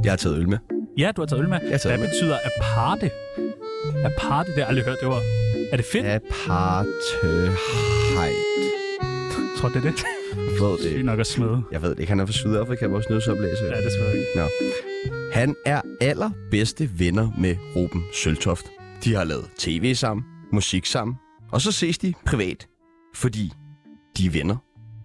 Jeg har taget øl med. Ja, du har taget øl med. Hvad betyder aparte? Aparte, det har jeg aldrig hørt det ord. Er det fedt? Apartheid. Tror du, det er det? Jeg ved det ikke. Nok at smide. Jeg ved det ikke. Han er fra Sydafrika, vores nyhedsoplæser. Ja, det er selvfølgelig ikke. Nå. Han er allerbedste venner med Ruben Søltoft. De har lavet tv sammen, musik sammen, og så ses de privat, fordi de er venner.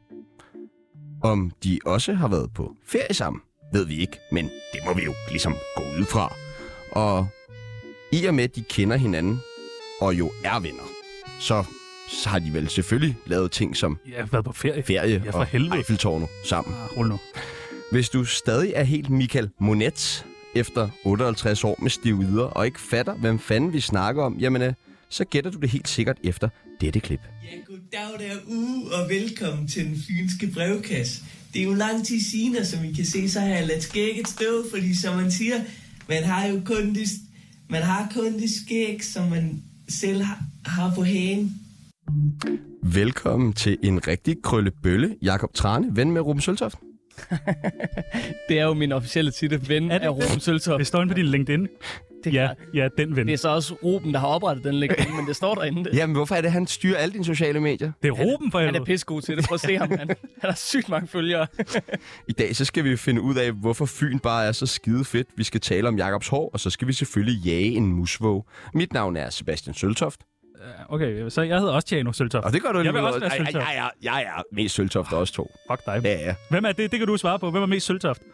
Om de også har været på ferie sammen, ved vi ikke, men det må vi jo ligesom gå ud fra. Og i og med, at de kender hinanden, og jo er venner, så har de vel selvfølgelig lavet ting som været på ferie og Eiffeltårnet sammen. Rul nu. Hvis du stadig er helt Michael Monet efter 58 år med stivider og ikke fatter, hvem fanden vi snakker om, jamen, så gætter du det helt sikkert efter dette klip. Ja, goddag derude, og velkommen til den fynske brevkasse. Det er jo lang tid siden, og som I kan se, så har jeg ladt skægget stå, fordi som man siger, man har kun det skæg, som man selv har på hagen. Velkommen til en rigtig krøllebølle, Jakob Trane, ven med Ruben Søltoft. Det er jo min officielle titel, ven af Ruben Søltoft. Det står inde på din LinkedIn. Ja, den ven. Det er så også Ruben, der har oprettet den LinkedIn, men det står derinde. Jamen, hvorfor er det, han styrer alle dine sociale medier? Det er Ruben for helvede. Han er pissegod til det. Prøv at se ham, han har sygt mange følgere. I dag så skal vi finde ud af, hvorfor Fyn bare er så skide fedt. Vi skal tale om Jakobs hår, og så skal vi selvfølgelig jage en musvåg. Mit navn er Sebastian Søltoft. Okay, så jeg hedder også Tjano Søltoft. Og det gør du. Jeg vil også være Søltoft. Jeg er mest Søltoft også to. Fuck dig. Ja. Hvem er det? Det kan du svare på. Hvem er mest Søltoft?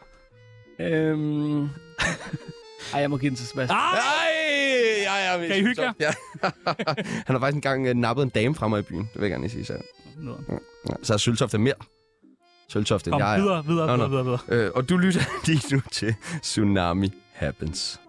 Jeg må give den til Sebastian. Kan I hygge jer? Ja. Han har faktisk engang nappet en dame fra mig i byen. Det vil jeg gerne lige sige. Så er Søltoft mere Søltoft end jeg er. Videre. Og du lytter lige nu til Tsunami Happens.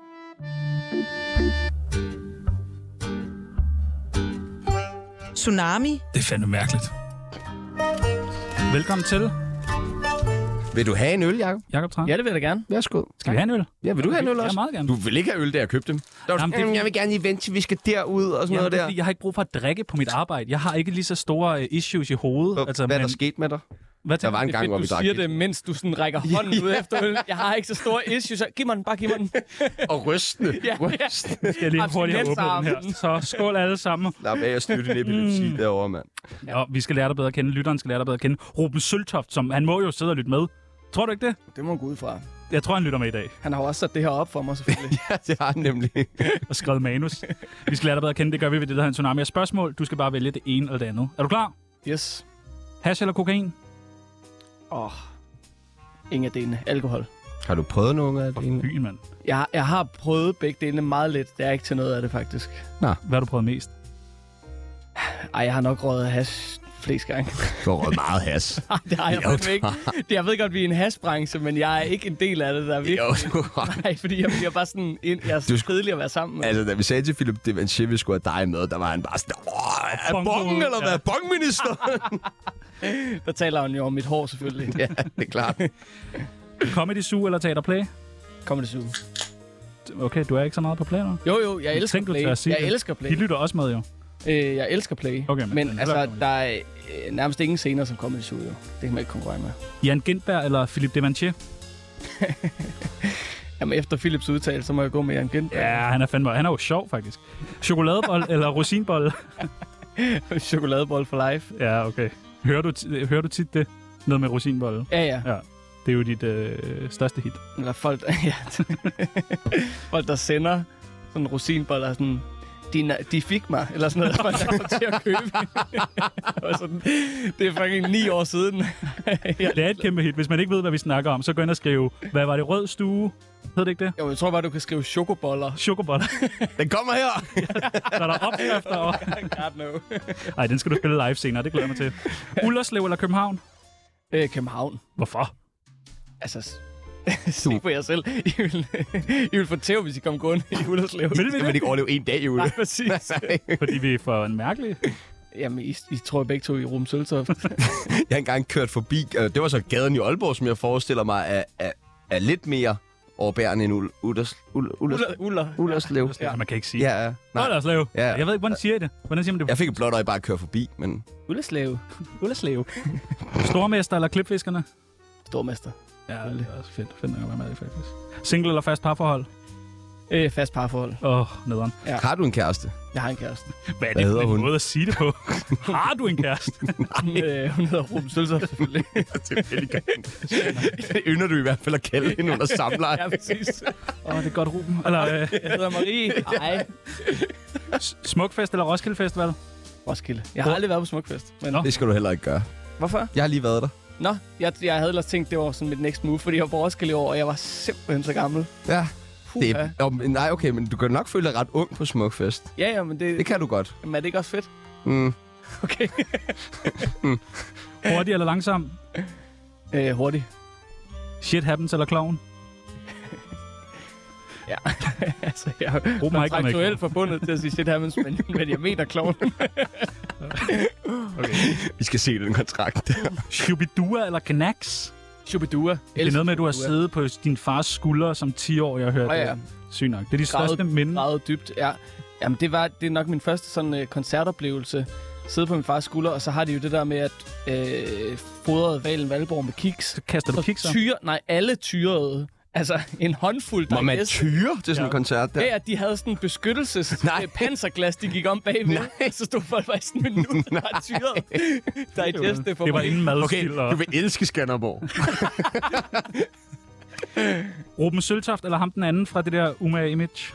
Tsunami. Det er fandme mærkeligt. Velkommen til. Vil du have en øl, Jakob Trane? Ja, det vil jeg da gerne. Værsgo. Skal vi have en øl? Ja, vil du have en øl også? Ja, meget gerne. Du vil ikke have øl, da jeg købte dem? Jeg vil gerne lige vente til, vi skal derud og sådan noget der. Fordi jeg har ikke brug for at drikke på mit arbejde. Jeg har ikke lige så store issues i hovedet. Hvad er der sket med dig? Der var en gang, hvor vi drak. Du siger det, mens du sådan rækker hånden ud efter øl. Jeg har ikke så store issues. Giv mig den. Og rystende. Skal jeg lige hurtigt åbne den her. Så skål alle sammen. Lad af at støtte din epilepsi derovre, mand. Ja, vi skal lære dig bedre at kende. Lytteren skal lære dig bedre at kende. Ruben Søltoft, som han må jo sidde og lytte med. Tror du ikke det? Det må gå ud fra. Jeg tror, han lytter med i dag. Han har jo også sat det her op for mig, selvfølgelig. Ja, det har han nemlig. Og skrevet manus. Vi skal lære dig bedre at kende. Det gør vi ved det, der hedder en tsunami af spørgsmål. Du skal bare vælge det ene eller det andet. Er du klar? Yes. Hash eller kokain? Ingen af delene. Alkohol. Har du prøvet nogen af det? Fyn, mand. Jeg har prøvet begge delene meget lidt. Det er ikke til noget af det, faktisk. Nå. Hvad har du prøvet mest? Jeg har nok røget hash flest gange. Du har røget meget hash. Det har jeg faktisk ikke. Jeg ved godt, vi er en hashbranche, men jeg er ikke en del af det, der er virkelig. Nej, fordi jeg bliver bare sådan... Jeg er skridelig at være sammen med. Altså, da vi sagde til Philip Devanché, vi skulle have dig med, der var han bare sådan... er bongen, eller hvad? Bongminister? Der taler han jo om mit hår, selvfølgelig. Ja, det er klart. Comedy Zoo eller Teater Play? Comedy Zoo. Okay, du er ikke så meget på Play nu? Jo, jeg elsker Play. Jeg elsker Play. De lytter også med, jo. Jeg elsker Play. Okay, men altså, der er nærmest ingen scener som Comedy Zoo, jo. Det kan man ikke konkurrere med. Jan Gintberg eller Philip Devanché? Jamen, efter Philips udtale, så må jeg gå med Jan Gintberg. Ja, han er jo sjov, faktisk. Chokoladebold eller rosinbold? Chokoladebold for life. Ja, okay. Hører du tit det? Noget med rosinbold? Ja. Det er jo dit største hit. Eller folk, folk, der sender sådan en rosinbold, der sådan... De fik mig, eller sådan noget, folk, der kom til at købe. Det er fucking 9 år siden. Det er et kæmpe hit. Hvis man ikke ved, hvad vi snakker om, så gå ind og skrive, hvad var det, rød stue? Hed det ikke det? Jo, jeg tror bare, du kan skrive chokoboller. Chokoboller. Den kommer her! Så er der opskrifter over. God no. Ej, den skal du spille live senere, det glæder jeg mig til. Ullerslev eller København? København. Hvorfor? Altså... Se på jer selv. I vil få tæv, hvis I kommer gående i Ullerslev. Men det vil ikke overleve en dag i Ulle. Nej, præcis. Fordi vi er for en mærkelig... Jamen, I tror begge to i Ruben Søltoft. Jeg har engang kørt forbi... Det var så gaden i Aalborg, som jeg forestiller mig er lidt mere overbærende end Ullerslev. Ja, man kan ikke sige. Ja. Ullerslev. Ja. Jeg ved ikke, hvordan siger I det? Hvordan siger man det? Jeg fik et blåt øje bare at køre forbi, men... Ullerslev. Stormester eller klipfiskerne? Stormester. Ja, det er også fedt. Fedt nok at være med i, faktisk. Single eller fast parforhold? Fast parforhold. Nederen. Ja. Har du en kæreste? Jeg har en kæreste. Hvad er det for en måde at sige det på? Har du en kæreste? Hun hedder Ruben Søltoft, selvfølgelig. Det er virkelig godt. Det ynder du i hvert fald at kalde hende under samleje. Ja, præcis. Det er godt, Ruben. Eller, Jeg hedder Marie. Nej. Smukfest eller Roskilde Festival? Roskilde. Jeg har aldrig været på Smukfest. Men... Det skal du heller ikke gøre. Hvorfor? Jeg har lige været der. Nå, jeg havde ellers tænkt, det var sådan mit next move, fordi jeg var på Roskilde i år, og jeg var simpelthen så gammel. Ja. Det er, nej, okay, men du kan nok føle dig ret ung på Smukfest. Ja, men det kan du godt. Men er det ikke også fedt? Mm. Okay. Hurtig eller langsom? Hurtig. Shit happens eller klovn? Ja, altså jeg er Ruben har ikke aktuelt forbundet til at sige shit happens, men jeg mener klovn. Okay. Vi skal se den kontrakt der. Shubidua eller Knacks? Shubidua. Det er noget med, at du har siddet på din fars skuldre som 10-årig og hørt det. Sygt nok. Det er de største minder. Meget dybt, ja. Jamen, det er nok min første sådan koncertoplevelse. Sidde på min fars skulder, og så har de jo det der med, at fodrede Valen Valborg med kiks. Så kaster du kiks op? Alle tyrede. Altså, en håndfuld, der må man tyre til sådan en koncert der? Ja, at de havde sådan en panserglas, de gik om bagved. Så stod folk bare sådan en minut, der var tyret. Det var inden madskil. Okay, du vil elske Skanderborg. Ruben Søltoft eller ham den anden fra det der Umage Image?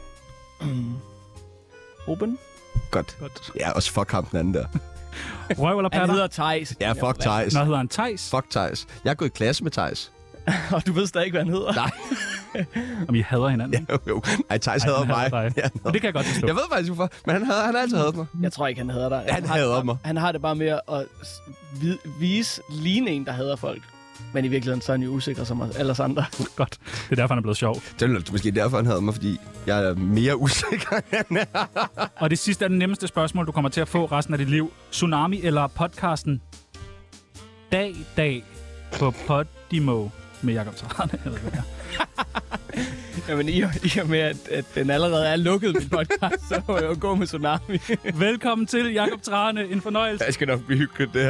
Ruben? Godt. Ja, også fuck ham den anden der. Røv eller patter? Han hedder Theis. Ja, fuck Theis. Nå, hedder han Theis? Fuck Theis. Jeg er gået i klasse med Theis. Og du ved stadig ikke, hvad han hedder? Nej. Om I hader hinanden? Ja, jo. Ej, Theis hader mig. Ja, men det kan jeg godt forstå. Jeg ved faktisk hvorfor, men han har altid hadet mig. Jeg tror ikke, han hader dig. Han hader mig. Han har det bare med at ligne en, der hader folk. Men i virkeligheden så er han jo usikker som alle os andre. Godt. Det er derfor, han er blevet sjov. Det er måske derfor, han hader mig, fordi jeg er mere usikker, end han er. Og det sidste er det nemmeste spørgsmål, du kommer til at få resten af dit liv. Tsunami eller podcasten Dag på Podimo med Jakob Trane? Jamen, i og med, at den allerede er lukket, min podcast, så må jeg jo gå med Tsunami. Velkommen til, Jakob Trane. En fornøjelse. Jeg skal nok blive hyggeligt, det her.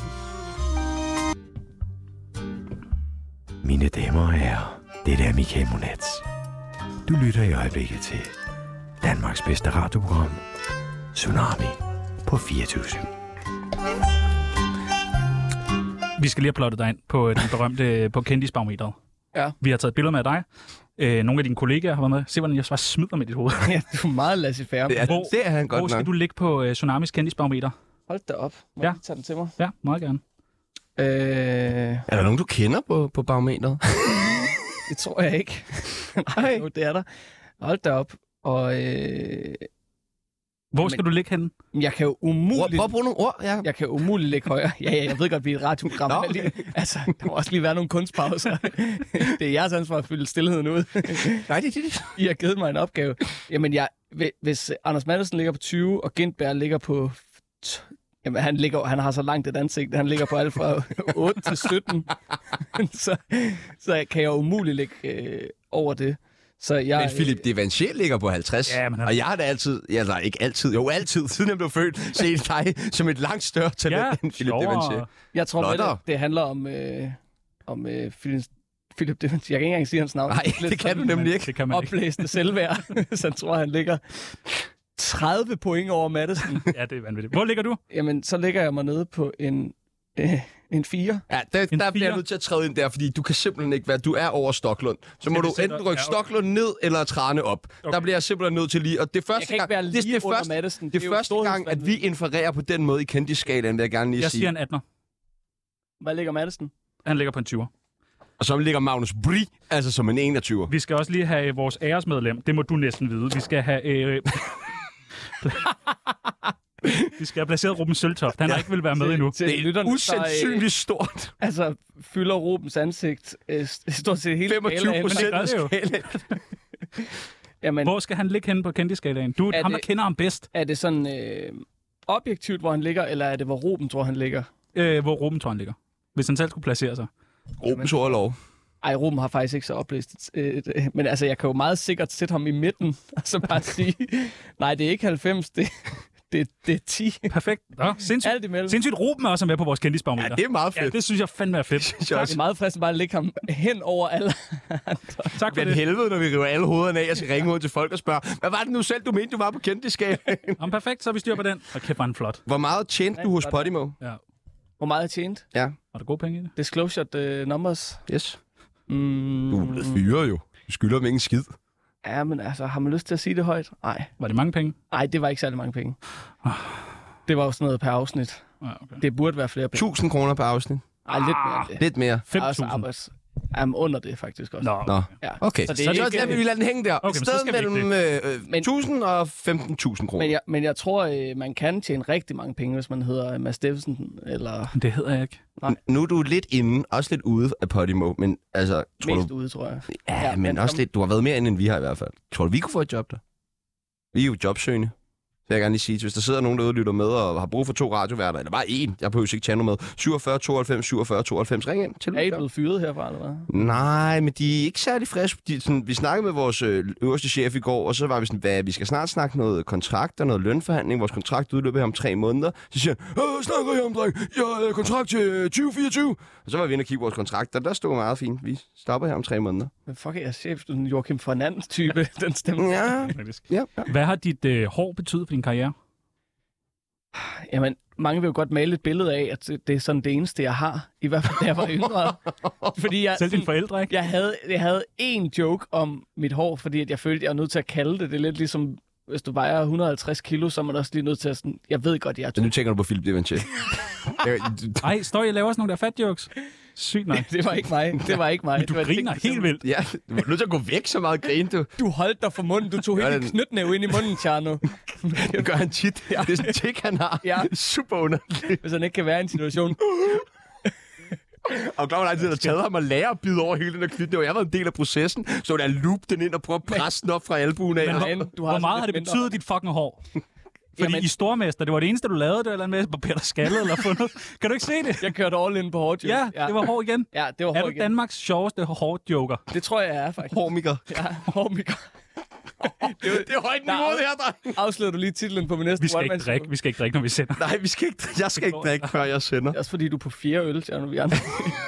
Mine damer og herrer, det er Michael Monats. Du lytter i øjeblikket til Danmarks bedste radioprogram, Tsunami på 24/7. Vi skal lige have plottet dig ind på den berømte på kendisbarometeret. Ja. Vi har taget billeder med dig. Nogle af dine kollegaer har været med. Se, hvordan jeg bare smider med dit hoved. Ja, du er meget laissez-faire. Det er han godt nok. Hvor skal du ligge på Tsunamis kendisbarometer? Hold da op. Må jeg tage den til mig? Ja, meget gerne. Er der nogen, du kender på barometeret? Det tror jeg ikke. Nej, jo, det er der. Hold da op. Og hvor skal du ligge henne? Jeg kan jo umuligt... Prøv at bruge nogle ord, ja. Jeg kan jo umuligt ligge højere. Ja, jeg ved godt, vi er et radioprogram. Okay. Altså, der må også lige være nogle kunstpauser. Det er jeres ansvar at fylde stillheden ud. Nej, det er det. I har givet mig en opgave. Jamen, hvis Anders Madsen ligger på 20, og Gintberg ligger på... Jamen, han har så langt et ansigt. Han ligger på alt fra 8 til 17. så kan jeg umuligt ligge over det. Men Philip Devanché ligger på 50, og jeg har da altid, ikke altid, jo altid, siden jeg blev født, set dig som et langt større talent end Philip Devanché. Jeg tror, det handler om Philip Devanché. Jeg kan ikke engang sige hans navn. Nej, det kan du nemlig ikke. Det kan man oplæste selvværd, så jeg tror, han ligger 30 point over Madsen. Ja, det er vanvittigt. Hvor ligger du? Jamen, så ligger jeg mig nede på en 4. Ja, der bliver jeg nødt til at træde ind der, fordi du kan simpelthen ikke være... Du er over Stoklund. Så må du enten rykke Stoklund ned eller Trane op. Okay. Der bliver jeg simpelthen nødt til lige... Og det første gang, det er første gang, at vi infererer på den måde i kendisskalaen, vil jeg gerne lige sige. Jeg siger en 18'er. Hvad ligger Madsen? Han ligger på en 20'er. Og så ligger Magnus Brie, altså som en 21'er. Vi skal også lige have vores æresmedlem. Det må du næsten vide. Vi skal have... Vi skal have placeret Ruben Søltoft. Han har ikke vil være med endnu. Det er usandsynligt stort. Altså, fylder Rubens ansigt stort set hele 25% af skalaen. Jamen, hvor skal han ligge henne på kendisskalaen? Du er ham, der kender ham bedst. Er det sådan objektivt, hvor han ligger, eller er det, hvor Ruben tror, han ligger? Hvor Ruben tror, han ligger. Hvis han selv skulle placere sig. Rubens ord og lov. Ej, Ruben har faktisk ikke så oplæst. Men altså, jeg kan jo meget sikkert sætte ham i midten, og så bare sige, nej, det er ikke 90, det Det er 10. Perfekt. Nå, sindssygt. Alt imellem. Sindssygt Ruben er også med på vores kendisbarometer. Ja, det er meget fedt. Ja, det synes jeg fandme er fedt. synes jeg Det også. er meget fristende bare at lægge ham hen over alle. Tak for Men det. helvede, når vi river alle hovederne af, og skal ringe ud til folk og spørge, hvad var det nu selv, du mente, du var på kendtiskab? Jamen, perfekt, så er vi styr på den. Og kæft, var den flot. Hvor meget tjente du hos Podimo? Ja. Hvor meget jeg tjent? Ja, Var der gode penge i det? Disclosure numbers. yes. Du er blevet fyret jo. Du skylder dem ingen skid. Ja, men altså, har man lyst til at sige det højt? Nej. Var det mange penge? Nej, det var ikke særlig mange penge. Det var jo sådan noget per afsnit. Ja, okay. Det burde være flere penge. 1000 kroner per afsnit. Ej, lidt mere end det. Lidt mere. 5.000. Altså, under det faktisk også. Nå, Nå. Ja. Okay, Så så, det er så ikke- vil vi lade den hænge der. Okay, Et men så sted skal vi mellem 1000 og 15.000 kroner. Men jeg tror, man kan tjene rigtig mange penge, hvis man hedder Mads Steffensen, eller det hedder jeg ikke. Nu er du lidt inde, også lidt ude af Podimo, men altså... Tror mest du, ude, tror jeg. ja, Ja, men men også lidt... Du har været mere end vi har i hvert fald. Tror du, vi kunne få et job der? Vi er jo jobsøgende. Så jeg gerne lige sige, hvis der sidder nogen derude og lytter med og har brug for 2 radioværter, eller bare én, jeg behøver ikke tage noget med, 47 92 47 92, ring ind til Er I blevet fyret herfra, eller hvad? Nej, men de er ikke særlig friske. Vi snakkede med vores øverste chef i går, og så var vi sådan, vi skal snart snakke noget kontrakt og noget lønforhandling. Vores kontrakt udløber her om 3 måneder. Så siger han, snakker jeg om, dreng? Jeg har kontrakt til 2024. Og så var vi inde og kigge vores kontrakt, og der stod meget fint. Vi stopper her om 3 måneder. Men fuck, jeg er chef, du er en Joachim Fernandes type, den stemme. Ja, Faktisk. ja. Hvad har dit hår betydet for din karriere? Jamen, mange vil jo godt male et billede af, at det er sådan det eneste, jeg har. I hvert fald, da jeg var yngre. Fordi Selv dine forældre, ikke? jeg havde én joke om mit hår, fordi at jeg følte, jeg var nødt til at kalde det. Det er lidt ligesom, hvis du vejer 150 kilo, så er man også lige nødt til at sådan... Jeg ved godt, jeg er Så nu tænker du på Philip Devanché. Ej, står I og laver sådan nogle der fat jokes? Sygt nej. Det var ikke mig. Det var ikke mig. Men du Det var griner ting, helt vildt. Ja, du er nødt til at gå væk så meget grin, du. Du holdt dig for munden. Du tog Ja, helt den- knytnæve ind i munden, Tjerno. Det gør han tit. Det er sådan en tik, han har. Ja. Super underligt. Hvis han ikke kan være i en situation. Og Claus har altid taget ham og lære at bide over hele den der knytnæve. Jeg har været en del af processen, så der loop den ind og prøve at presse den op fra albuen af. Men Og- Men du har hvor meget sådan har det lidt mindre- betydet dit fucking hår? Fordi Jamen- i Stormester, det var det eneste, du lavede, det eller med Peter Skalle eller fundet. Kan du ikke se det? Jeg kørte all in på hårdt joke. Ja, det var hår igen. Ja, det var Er hårdt du igen. Danmarks sjoveste hårdjoker? Det tror jeg er, faktisk. Hormiker. Ja, hård mikro. Det er højt niveau, det her, dreng. Afslører du lige titlen på min næste Vi skal ikke one-man-show? drikke, vi skal ikke drikke, når vi sender. Nej, jeg skal ikke drikke, før jeg sender. Det er også fordi, du er på 4 øl, Tjerno, vi andre.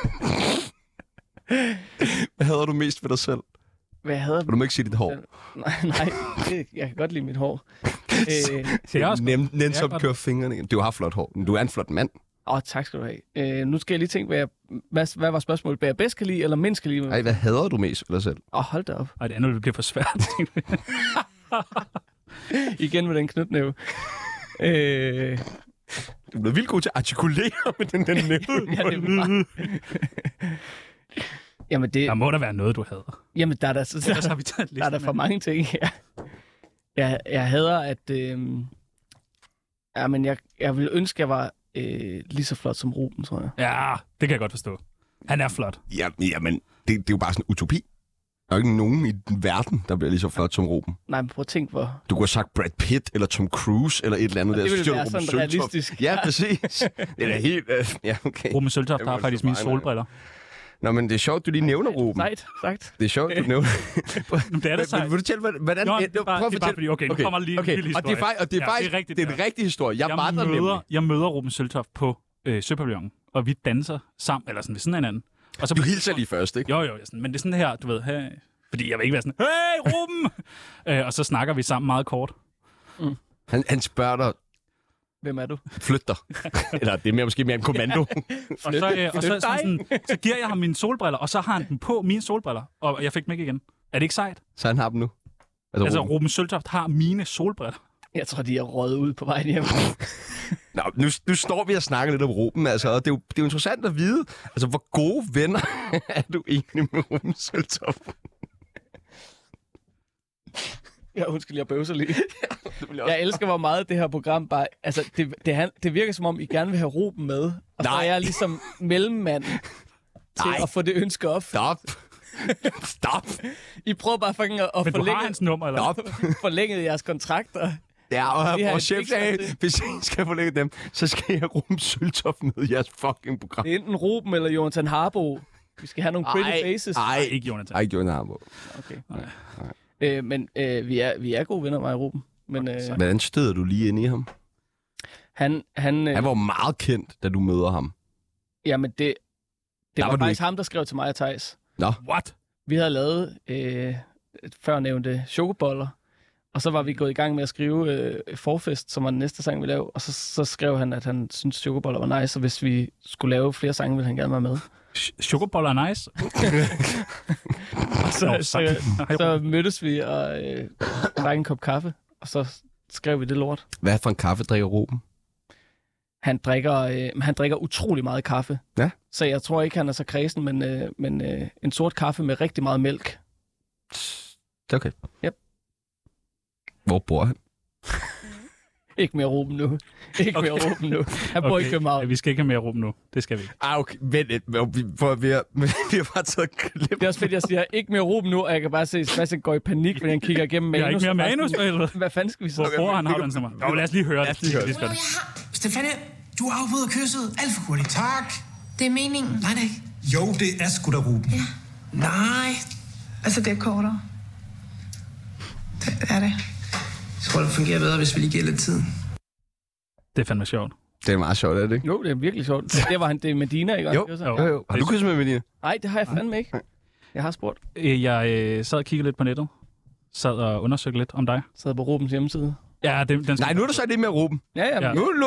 Hvad hader du mest ved dig selv? Hvad jeg havde? Du må ikke sige dit hår. Nej, jeg kan godt lide mit hår. Jeg også godt. Nænsomt godt. kører fingrene igen. Du har flot hår, men du er en flot mand. Tak skal du have. Nu skal jeg lige tænke, hvad var spørgsmålet? Hvad jeg bedst kan lide, eller mindst kan lide? Ej, hvad hader du mest ved dig selv? Hold da op. Ej, det andet bliver for svært. Igen med den knytnæve. Du er blevet vildt god til at artikulere med den der næve. Ja, det er bare... Jamen, Der må der være noget, du hader. jamen, der er der, Ellers har vi taget der er der for mange ting, ja. Jeg hader, at... Ja, men jeg ville ønske, at jeg var lige så flot som Ruben, tror jeg. Ja, det kan jeg godt forstå. Han er flot. Jamen, det er jo bare sådan en utopi. Der er jo ikke nogen i den verden, der bliver lige så flot som Ruben. Nej, men prøv at tænke, hvor... Du kunne have sagt Brad Pitt, eller Tom Cruise, eller et eller andet. Det der. ville Så være siger du sådan Ruben Søltoft. realistisk. Ja, præcis. Det er da helt... ja, okay. Ruben Søltoft Det har var faktisk så mine fejl, solbriller. Nå, men det er sjovt, du lige nævner Ruben. Sejt, sagt. Det er sjovt, du nævner... Det er det sejt. Vil du fortælle, hvordan... Nå, det er bare, prøv at det er bare fortælle- fordi, okay, nu kommer lige en lille historie. Og det er faktisk rigtigt, det er en rigtig historie. Jeg møder Ruben Søltoft på Søpavillonen, og vi danser sammen, eller sådan ved sådan en anden. Og så Du hilser lige først, ikke? Jo, sådan, men det er sådan her, du ved, hey, fordi jeg vil ikke være sådan, hey, Ruben! Og så snakker vi sammen meget kort. Han spørger dig, Hvem er du? flyt dig. Eller det er måske mere en kommando. Så giver jeg ham mine solbriller, og så har han dem på, mine solbriller, og jeg fik dem ikke igen. Er det ikke sejt? Så han har dem nu. Altså, Ruben Søltoft har mine solbriller. Jeg tror, de er røget ud på vejen hjem. Nå, nu står vi og snakker lidt om Ruben, altså, og det er jo interessant at vide, altså, hvor gode venner er du egentlig med Ruben Søltoft? Ja, undskyld, jeg bøvser lige. Jeg elsker, hvor meget det her program bare... Altså, det virker som om, I gerne vil have Ruben med. Og så er jeg ligesom mellemmand til at få det ønske op. Stop. I prøver bare fucking at Men du har hans nummer, eller? forlænge jeres kontrakter. Ja, og Vi har vores et chef fix sagde, til. hvis I skal forlænge dem, så skal jeg Ruben Søltoft med i jeres fucking program. Det er enten Ruben eller Jonathan Harbo. Vi skal have nogle pretty faces. Ej, Ikke Jonathan. Ej, ikke Jonathan Harbo. Okay. Men vi er gode venner, mig og Ruben. Men Hvordan støder du lige ind i ham? Han var meget kendt, da du møder ham. Jamen, det var var du faktisk ikke. ham, der skrev til mig og Theis. Nå. What? Vi havde lavet førnævnte chokoboller, og så var vi gået i gang med at skrive Forfest, som var den næste sang, vi lavede, og så skrev han, at han syntes, chokoboller var nice, og hvis vi skulle lave flere sange, ville han gerne være med. Chokoboller er nice. Så mødtes vi og drak en kop kaffe, og så skrev vi det lort. Hvad for en kaffe drikker Ruben? Han drikker utrolig meget kaffe. Ja. Så jeg tror ikke, han er så kredsen, men en sort kaffe med rigtig meget mælk. Det er okay. Yep. Hvor bor han? Ikke mere Ruben nu. Ikke mere Ruben nu. Han bor i København. Vi skal ikke have mere rum nu. Det skal vi ikke. Okay. Vent lidt. Vi har bare taget klip. Det er også fedt, jeg siger, ikke mere Ruben nu, og jeg kan bare se, at Sebastian går i panik, fordi han kigger igennem Vi har manus. ikke mere manus, for helvede. Hvad fanden skal vi så? Hvor bruger han aflandsnummer? Jo, lad os lige høre det. Stefanie, du afbryder kysset alt for hurtigt. Tak. Det er meningen. Nej, det er ikke. Jo, det er sgu da Ruben. Ja. Nej. Altså, det er kortere. Det er det. Jeg tror, det fungerer bedre, hvis vi lige giver lidt tid. Det er fandme sjovt. Det er meget sjovt, er det ikke? Jo, det er virkelig sjovt. Det var han, det er Medina, ikke? Jo. Har du kysset med Medina? Nej, det har jeg fandme ikke. Jeg har spurgt. Jeg sad og kiggede lidt på nettet. Sad og undersøgte lidt om dig. Sad på Rubens hjemmeside. Ja, den skal... Nej, nu er der så lidt mere Ruben. Ja. Ja. Nu,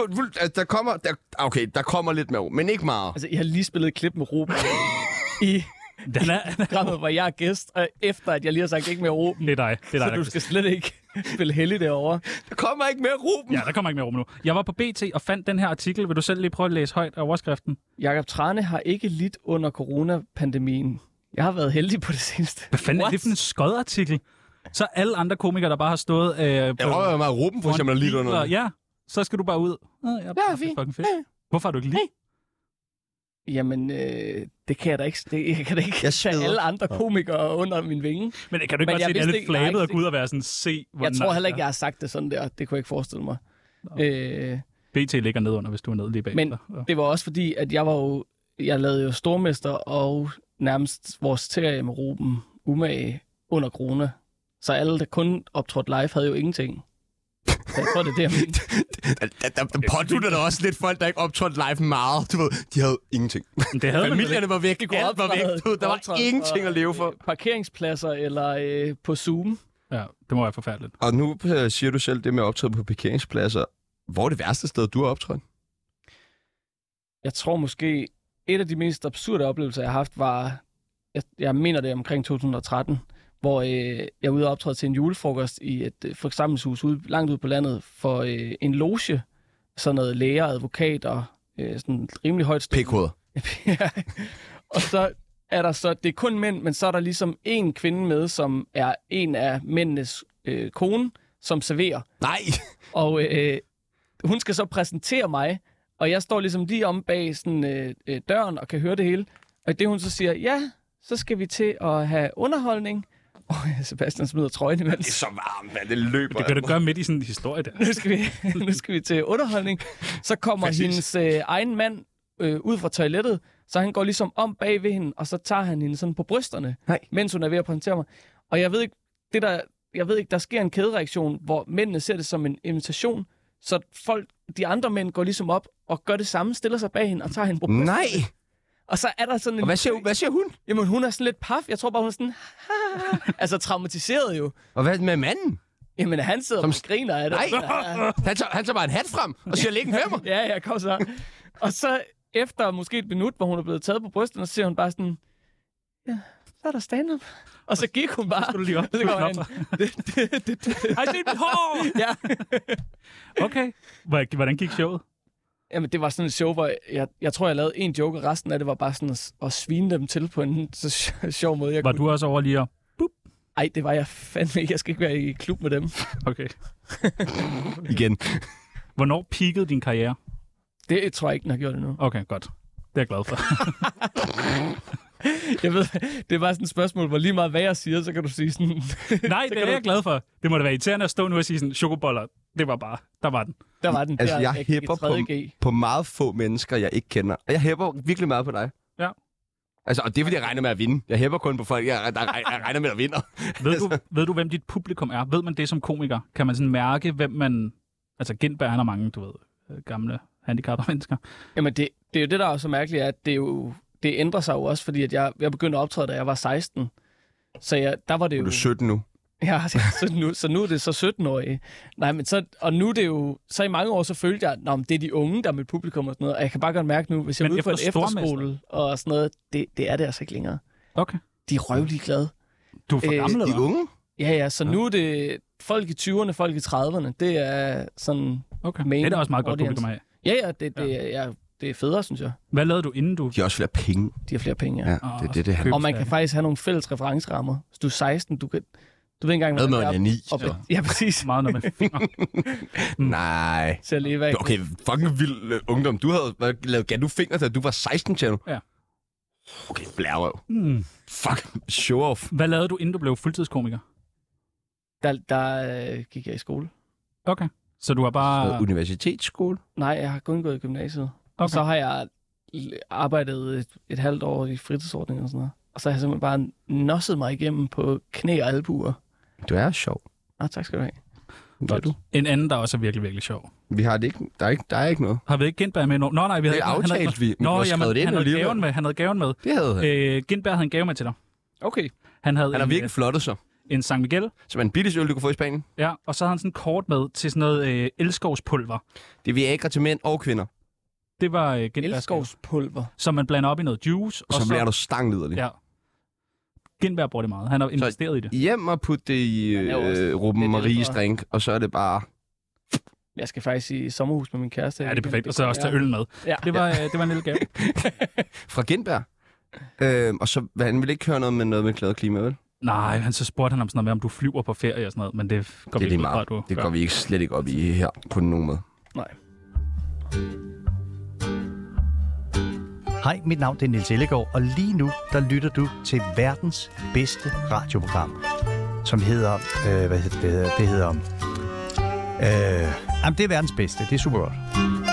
der kommer lidt mere Ruben, men ikke meget. Altså, jeg har lige spillet et klip med Ruben i Den er... programmet, hvor jeg er gæst, og efter at jeg lige har sagt ikke mere Ruben. Det er dig. Det er dig, Så der du skal slet ikke spille heldig derovre. Der kommer ikke mere Ruben. Ja, der kommer ikke mere rum nu. Jeg var på BT og fandt den her artikel. Vil du selv lige prøve at læse højt af overskriften? Jakob Trane har ikke lidt under coronapandemien. Jeg har været heldig på det seneste. Hvad fanden er det for en skodartikel? Så alle andre komikere, der bare har stået... Jeg overvejer mig Ruben, for eksempel, lige under. Ja, så skal du bare ud. Ja, fint. Fucking fedt. Hvorfor har du ikke lige? Jamen, det kan jeg da ikke. Jeg kan da ikke tage alle andre komikere under min vinge. Men kan du ikke Men godt se, jeg at det er vidste lidt ikke- nej, flabet og ikke- gå ud og være sådan, se, hvor Jeg tror nice heller ikke, det jeg har sagt det sådan der. Det kunne jeg ikke forestille mig. er. BT ligger nedunder, hvis du er nede lige bag. Men det var også fordi, at jeg lavede jo Stormester og nærmest vores serie med Ruben Umage under corona. Så alle, der kun optrådte live, havde jo ingenting. Så jeg tror, det er det, jeg mener. Der pådutter der også lidt folk, der ikke optrådte live meget. Du ved, de havde ingenting. det havde man Familierne var væk. Det kunne Alt var væk. Du ved, der var ingenting at leve for. Parkeringspladser eller på Zoom. Ja, det må være forfærdeligt. Og nu siger du selv det med at optræde på parkeringspladser. Hvor er det værste sted, du har optrådt? Jeg tror måske, et af de mest absurde oplevelser, jeg har haft, var, jeg mener det omkring 2013, hvor jeg er ude og optræde til en julefrokost i et forsamlingshus langt ude på landet for en loge, sådan noget læger, advokater, sådan rimelig højt stående. Pikhoveder. Ja. Og så er der så, det er kun mænd, men så er der ligesom en kvinde med, som er en af mændenes kone, som serverer. Nej! Og hun skal så præsentere mig, og jeg står ligesom lige om bag sådan, døren og kan høre det hele. Og det hun så siger, ja, så skal vi til at have underholdning. Og Sebastian smider trøjen imens. Det er så varmt, man. Det løber. Det kan du gøre midt i sådan en historie der. Nu skal vi til underholdning. Så kommer hendes egen mand ud fra toilettet, så han går ligesom om bag ved hende, og så tager han hende sådan på brysterne, mens hun er ved at præsentere mig. Og jeg ved ikke, der sker en kædereaktion, hvor mændene ser det som en invitation, så de andre mænd går ligesom op og gør det samme, stiller sig bag hende og tager hende på brysterne. Nej! Og så er der sådan en... Og hvad siger hun? Jamen, hun er sådan lidt paf. Jeg tror bare, hun er sådan... altså, traumatiseret jo. Og hvad med manden? Jamen, han sidder og griner af det. Nej! Han tager bare en hat frem og siger, læg en femmer. Ja, kom så. Og så efter måske et minut, hvor hun er blevet taget på brysterne, så siger hun bare sådan... Ja, så er der stand-up. Og så gik hun bare. Skulle du lige op? Så går han... Ej, det er mit hår! Ja. Okay. Hvordan gik showet? Jamen, det var sådan et show, hvor jeg tror, jeg lavede en joke, og resten af det var bare sådan at svine dem til på en så sjov måde. Var du også over lige at... Ej, det var jeg fandme ikke. Jeg skal ikke være i klub med dem. Okay. Igen. Hvornår peakede din karriere? Det tror jeg ikke, den har gjort endnu. Okay, godt. Det er jeg glad for. Jeg ved, det er bare sådan et spørgsmål, hvor lige meget hvad jeg siger, så kan du sige sådan... Nej, det er jeg glad for. Det må da være irriterende at stå nu og sige sådan, chokoboller, det var bare, der var den. Der var den. Altså, Der jeg hæpper på meget få mennesker, jeg ikke kender. Og jeg hæpper virkelig meget på dig. Ja. Altså, og det er, fordi jeg regner med at vinde. Jeg hæpper kun på folk, jeg regner med at vinde. Ved du, hvem dit publikum er? Ved man det som komiker? Kan man sådan mærke, hvem man... Altså, Gintberg, han har mange, du ved, gamle handicappede mennesker. Jamen, det er jo det, der er så mærkeligt, at det ændrer sig jo også, fordi at jeg begyndte at optræde, da jeg var 16. Så der var det jo... Du er 17 nu. Ja, så nu er det så 17-årige. Nej, men så... Og nu er det jo... Så i mange år, så følte jeg, at det er de unge, der er mit publikum og sådan noget. Og jeg kan bare godt mærke nu, hvis jeg er ude på en efterskole og sådan noget, det er det altså ikke længere. Okay. De er røvlig glade. Du er for gammel, eller De unge? Ja, så nu er det folk i 20'erne, folk i 30'erne. Det er sådan... Okay. Det er da også meget godt publikum af. Ja, det er federe, synes jeg. Hvad lavede du, inden du... De har også flere penge. De har flere penge, ja. Ja, det handler. Og man kan faktisk have nogle fælles referencerammer. Hvis du er 16, du ved ikke engang... Hvad med, jeg er 9? Ja, præcis. Meget noget med fingre. Nej. Så lige væk. Okay, fucking vild ungdom. Du havde lavet gav du fingre, da du var 16, Tjerno? Ja. Okay, blærerøv. Fuck, show off. Hvad lavede du, inden du blev fuldtidskomiker? Der gik jeg i skole. Okay. Så du har bare... Universitetsskole? Nej, jeg har kun gået i gymnasiet. Okay. Og så har jeg arbejdet et halvt år i fritidsordning og sådan noget. Og så har jeg simpelthen bare nosset mig igennem på knæ og albuer. Du er sjov. Tak skal du have. Hvad er du? En anden, der også er virkelig, virkelig sjov. Vi har det ikke. Der er ikke noget. Har vi ikke Gindberg med nu? Nå, nej, vi havde... Det aftalt vi. Han havde gaven med. Det havde han. Gindberg havde en gave med til dig. Okay. Han har virkelig flottet sig. En San Miguel. Som er en billig øl, du kan få i Spanien. Ja, og så havde han sådan en kort med til sådan noget elskovspulver. Det er Viagra til mænd og kvinder. Det var Gindbergs elskovspulver. Som man blander op i noget juice. Og så bliver du stangliderlig. Ja. Gindberg bruger det meget. Han har investeret i det. Hjem og putte det i Ruben Maries drink, og så er det bare... Jeg skal faktisk i sommerhus med min kæreste. Ja, det er perfekt. Og så også tage øllen med. Ja. Det var en lille gave. Fra Gindberg. Og så han ville ikke høre noget med klade klima, vel? Nej, så spurgte han om sådan noget med, om du flyver på ferie og sådan noget, men det går vi ikke ud fra, det går vi ikke slet ikke op i her på nogen måde. Nej. Hej, mit navn er Niels Ellegaard, og lige nu, der lytter du til verdens bedste radioprogram, som hedder... Det hedder... det er verdens bedste. Det er super godt.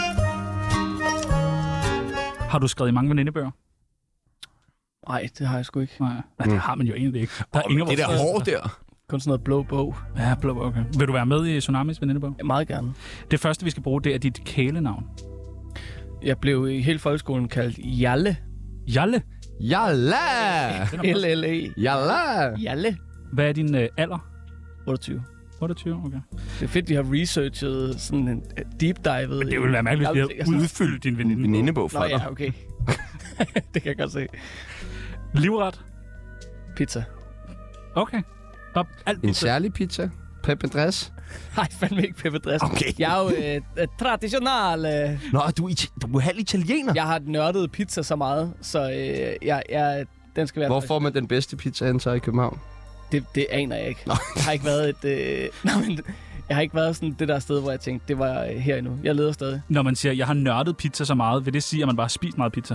Har du skrevet i mange venindebøger? Nej, det har jeg sgu ikke. Nej, det har man jo egentlig ikke. Der er ingen det der hår der. Kun sådan noget blå bog. Ja, blå bog, okay. Vil du være med i Tsunamis venindebog? Ja, meget gerne. Det første, vi skal bruge, det er dit kælenavn. Jeg blev i hele folkeskolen kaldt Jalle. Jalle? Jalla! L-L-E. Jalla! Jalle. Hvad er din alder? 28. 28, okay. Det er fedt, vi har researchet sådan en deep divet. Men det ville være mærkeligt, hvis vi havde udfyldt din venindebog fra dig. Ja, okay. Det kan jeg godt se. Livret? Pizza. Okay. En særlig pizza? Pepedres? Nej, fandme ikke pepedres. Okay. Jeg er jo traditional. Nå, du er halv italiener. Jeg har nørdet pizza så meget, så den skal være... Hvor får man den bedste pizza hen så i København? Det aner jeg ikke. Nå. Jeg har ikke været jeg har ikke været sådan det der sted, hvor jeg tænkte, det var her endnu. Jeg leder stadig. Når man siger, jeg har nørdet pizza så meget, vil det sige, at man bare har spist meget pizza?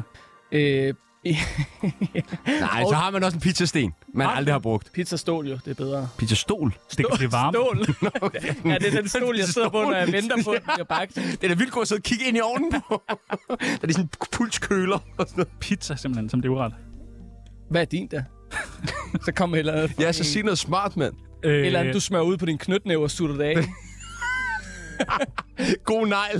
Nej, så har man også en pizzasten, man aldrig har brugt. Pizzastol jo, det er bedre. Pizzastol? Det er varmt. Stol. Okay. Ja, det er den stol, jeg sidder på, når jeg venter på, at den bliver bagt. Det er da vildt godt at sidde og kigge ind i ovnen på. Der er sådan en pulskøler og sådan noget. Pizza simpelthen, som det er uret. Hvad er din da? Så kommer et eller andet. Ja, så sig noget smart, mand. Eller andet, du smører ud på din knytnæve og sutter det af. God negl.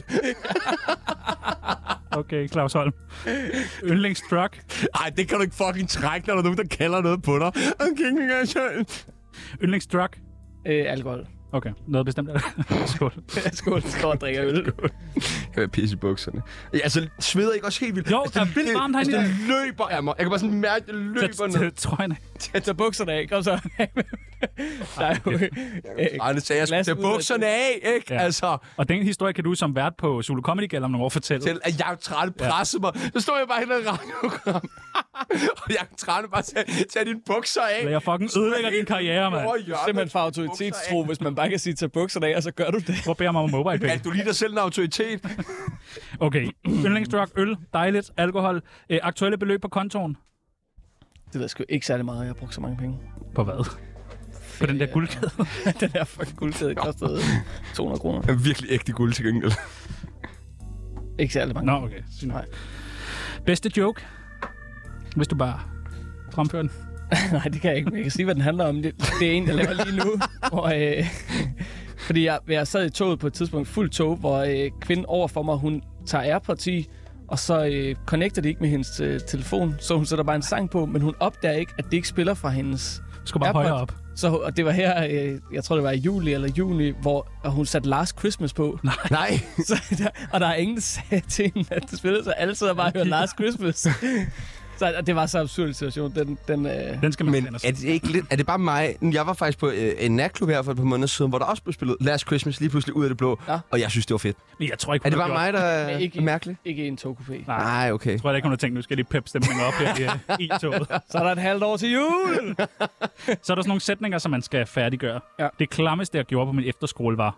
Okay, Claus Holm. Yndlingsdrug? Ej, det kan du ikke fucking trække, når der er nogen, der kalder noget på dig. Okay, Yndlingsdrug? Alkohol. Okay, noget bestemt. Skål. Skål, skål og drikker øl. Jeg vil pisse i bukserne. Altså, sveder ikke også helt vildt? Jo, der er vildt varmt herinde. Det løber af mig. Jeg kan bare sådan mærke, det løber ned. Trøjen af. Tag bukserne af, kom så. Nej, det sagde jeg skulle tage bukserne af, ikke? Ja. Altså. Og den historie kan du som vært på Zulu Comedy Gala om nogle år fortælle. Til at jeg er træt, presse mig. Så står jeg bare hen og radiogram. Og jeg er træt, bare tage dine bukser af. Jeg fucking ødelægger din karriere, mand. Simpelthen for autoritetstro, hvis man bare kan sige, tage bukserne af, og så gør du det. Prøv at bede mig om mobile pay. Ja, du ligner selv en autoritet. Okay, yndlingsdrug, øl, dejligt, alkohol, aktuelle beløb på kontoen. Det ved jeg sgu ikke særlig meget, jeg har brugt så mange penge. På hvad? På den der guldkæde? Den der fucking guldkæde kostede 200 kroner. Virkelig ægte guld til gengæld. Ikke særlig mange. Nå, okay. Nej. Bedste joke? Hvis du bare fremfører den. Nej, det kan jeg ikke. Jeg kan sige, hvad den handler om. Det er en, jeg laver lige nu. Og Fordi jeg sad i toget på et tidspunkt, fuldt tog, hvor kvinden overfor mig, hun tager AirPods i, og så connecter det ikke med hendes telefon, så hun sætter bare en sang på, men hun opdager ikke, at det ikke spiller fra hendes Du skal bare AirPods. højere op. Og det var her, jeg tror det var i juli eller juni, hvor hun satte Last Christmas på. Nej. Og der er ingen, der sagde til hende, at det spillede, så alle sidder bare og hører Last Christmas. Så det var så absurd en situation. Den skal man Men er det ikke lidt, er det bare mig? Jeg var faktisk på en natklub her for et par måneder siden, hvor der også blev spillet Last Christmas lige pludselig ud af det blå, og jeg synes, det var fedt. Men jeg tror ikke, Er det bare mig, der er mærkelig? Ikke en togkupé. Nej, okay. Jeg tror ikke, hun har tænkt, nu skal jeg lige peppe stemningen op her i toget. Så er der et halvt år til jul! Så er der sådan nogle sætninger, som man skal færdiggøre. Ja. Det klammeste, jeg gjorde på min efterskole, var...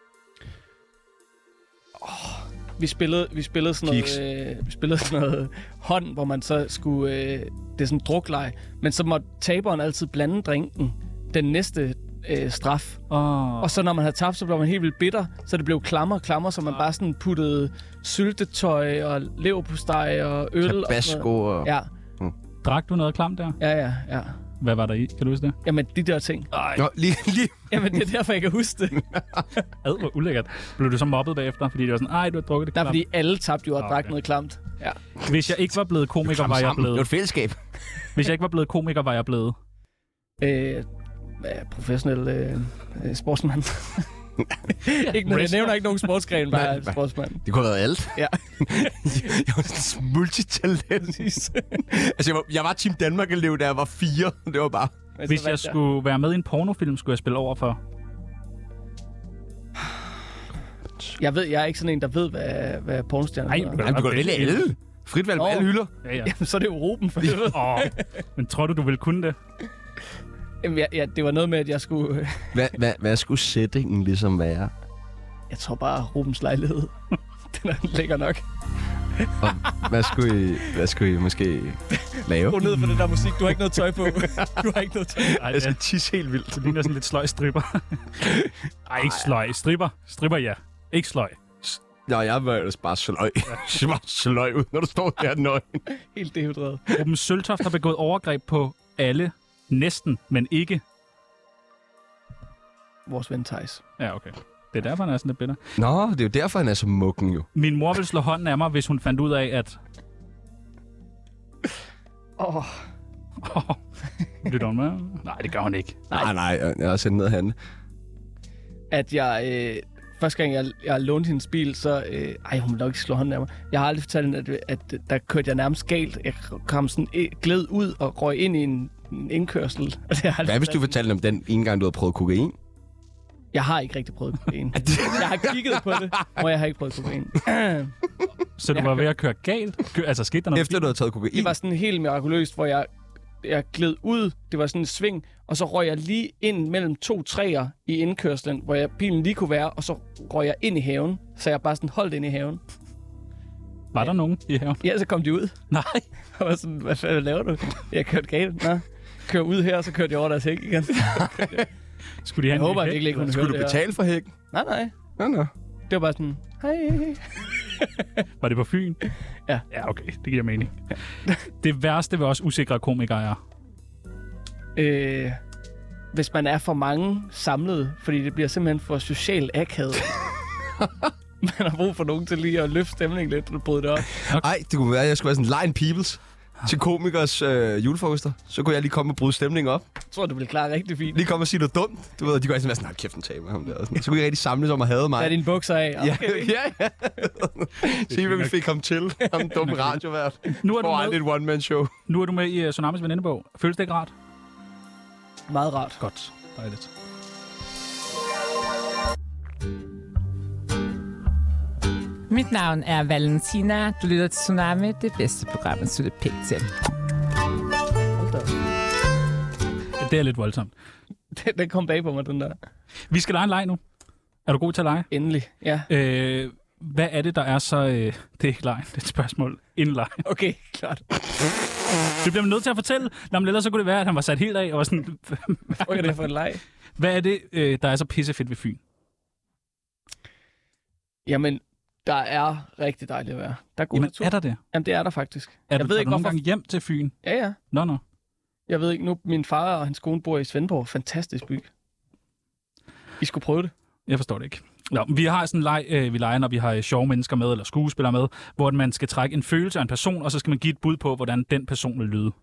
Vi spillede sådan noget hånd, hvor man så skulle... det er sådan en drukleje. Men så måtte taberen altid blande drinken den næste straf. Og så når man havde tabt, så blev man helt vildt bitter. Så det blev klammer, så man bare sådan puttede syltetøj og leverpostej og øl. Tabasco og... Ja. Drak du noget klamt der? Ja. Hvad var der i? Kan du huske det? Jamen, de der ting. Nå, lige. Jamen, det er derfor, jeg kan huske det. Hvor ulækkert. Blev du så mobbet bagefter? Fordi det var sådan, ej, du har drukket det klamt. Nej, fordi alle tabte jo og drak noget klamt. Ja. Hvis jeg ikke var blevet komiker, var jeg blevet... Det var et fællesskab. Hvis jeg ikke var blevet komiker, var jeg blevet... Professionel sportsmand. Jeg nævner ikke nogen sportsgren, bare sportsmand. Det kunne have været alt. Ja. Jeg var sådan multitalent. Altså, jeg var Team Danmark-elev, da jeg var 4. Det var bare... Hvis jeg skulle være med i en pornofilm, skulle jeg spille over for... Jeg er ikke sådan en, der ved, hvad pornostjerner er. Nej, du kan vælge alle. Frit valg på alle hylder. Ja. Jamen, så er det jo Ruben for det. Men tror du ville kunne det? Jamen, det var noget med, at jeg skulle... Hvad skulle settingen ligesom være? Jeg tror bare, Rubens lejlighed. Den er lækker nok. Og hvad skulle I måske lave? Gå ned for det der musik. Du har ikke noget tøj på. Du har ikke noget tøj. Ej, jeg skal tisse helt vildt. Det ligner sådan lidt sløj stripper. Ej, ikke sløj. Stripper, ja. Ikke sløj. Nå, jeg var ellers bare sløj. Jeg var sløj ud, når du står der nøgen. Helt dehydreret. Ruben Søltoft har begået overgreb på alle. Næsten, men ikke. Vores ven Theis. Ja, okay. Det er derfor, han er sådan lidt bitter. Nå, det er jo derfor, han er så mukken jo. Min mor ville slå hånden af mig, hvis hun fandt ud af, at... Lytter hun med? Nej, det gør hun ikke. Nej, jeg har sendt ned af hende. At jeg... første gang, jeg lånte hendes bil, så... hun ville nok ikke slå hånden af mig. Jeg har aldrig fortalt hende, at der kørte jeg nærmest galt. Jeg kom sådan gled ud og røg ind i en indkørsel. Hvad hvis du fortalte om den ene gang, du havde prøvet kokain? Jeg har ikke rigtig prøvet kokain. Jeg har kigget på det, og jeg har ikke prøvet kokain. Så du var ved at køre galt? Altså, skete der noget? Efter du havde taget kokain? Det var sådan helt mirakuløst, hvor jeg gled ud. Det var sådan en sving, og så røg jeg lige ind mellem 2 træer i indkørslen, hvor bilen lige kunne være, og så røg jeg ind i haven. Så jeg bare sådan holdt ind i haven. Var der nogen i haven? Ja, så kom de ud. Nej. Jeg var sådan, hvad laver du? Jeg kørte galt. Nå, kør ud her, så kørte jeg over deres hæk igen. Skulle de have jeg håber, at ikke kunne høre det. Skulle du betale for hækken? Nej. Nå. Det var bare sådan, hej. Var det på Fyn? Ja. Ja, okay. Det giver mening. Det værste ved også usikre komikere er? Hvis man er for mange samlet, fordi det bliver simpelthen for socialt akavet. Man har brug for nogen til lige at løfte stemningen lidt og bryde det op. Ej, det kunne være, at jeg skulle være sådan Lion Peoples til komikers julefrokoster. Så kunne jeg lige komme og bryde stemningen op. Jeg tror, du ville klare rigtig fint. Lige komme og sige noget dumt. Du ved, de kunne altid være sådan, nej, kæft en taber ham der. Så kunne jeg rigtig samles om at hade mig. Tag dine bukser af. Okay. Ja. Se, hvad vi fik ham til. Ham dumme radiovært. Nu er du med. Et one-man-show. Nu er du med i Tsunamis venindebog. Føles det ikke rart? Meget rart. Godt. Dejligt. Mit navn er Valentina. Du lytter til Tsunami, det bedste program, at slutte pænt til. Det er lidt voldsomt. Den kom bag på mig, den der. Vi skal lege en leg nu. Er du god til at lege? Endelig, ja. Hvad er det, der er så... det er ikke leg, det er et spørgsmål. Inden leg. Okay, klart. Det bliver man nødt til at fortælle. Nå, men ellers så kunne det være, at han var sat helt af og var sådan... Hvad er det for en leg? Hvad er det, der er så pissefedt ved Fyn? Jamen, der er rigtig dejligt at være. Der er god natur. Er der det? Jamen, det er der faktisk. Jeg ved ikke, hvorfor... Nogle hjem til Fyn? Ja. Nå. Jeg ved ikke, nu min far og hans kone bor i Svendborg. Fantastisk by. I skulle prøve det. Jeg forstår det ikke. Nå, vi har sådan en leg, vi leger, når vi har sjove mennesker med, eller skuespillere med, hvor man skal trække en følelse af en person, og så skal man give et bud på, hvordan den person vil lyde.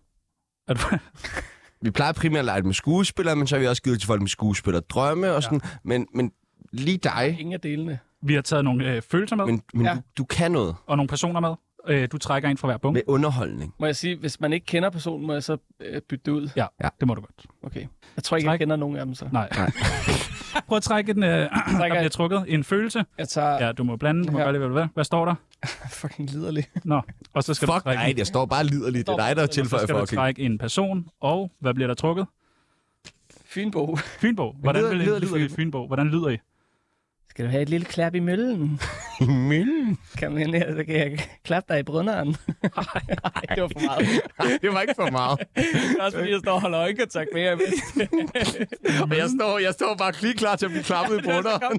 Vi plejer primært at lege med skuespillere, men så har vi også givet til folk med skuespillerdrømme og sådan. Ja. Men lige dig... Ingen af delene. Vi har taget nogle følelser med. Men du kan noget. Og nogle personer med. Du trækker en fra hver bunke. Med underholdning. Må jeg sige, hvis man ikke kender personen, må jeg så bytte det ud? Ja, det må du godt. Okay. Jeg tror ikke, jeg kender nogen af dem så. Nej. Prøv at trække en, der bliver trukket. En følelse. Jeg tager... Ja, du må blande. Du må gøre lidt, hvad du vil. Hvad står der? Fucking liderlig. Nå, og så skal du trække... Nej, jeg står bare liderligt. Det er dig, der tilføjer fucking. Så skal du trække en person, og hvad bliver der trukket? Fynbo. Fynbo. Hvordan lyder I Fynbo? Hvordan lyder I? Skal du have et lille klap i møllen? I møllen? Kan jeg klappe dig i brønderen? Nej, det var for meget. Det var ikke for meget. Det er også fordi, jeg står og holder øjenkontakt med jer. Men jeg står bare lige klar til at blive klappet i brønderen.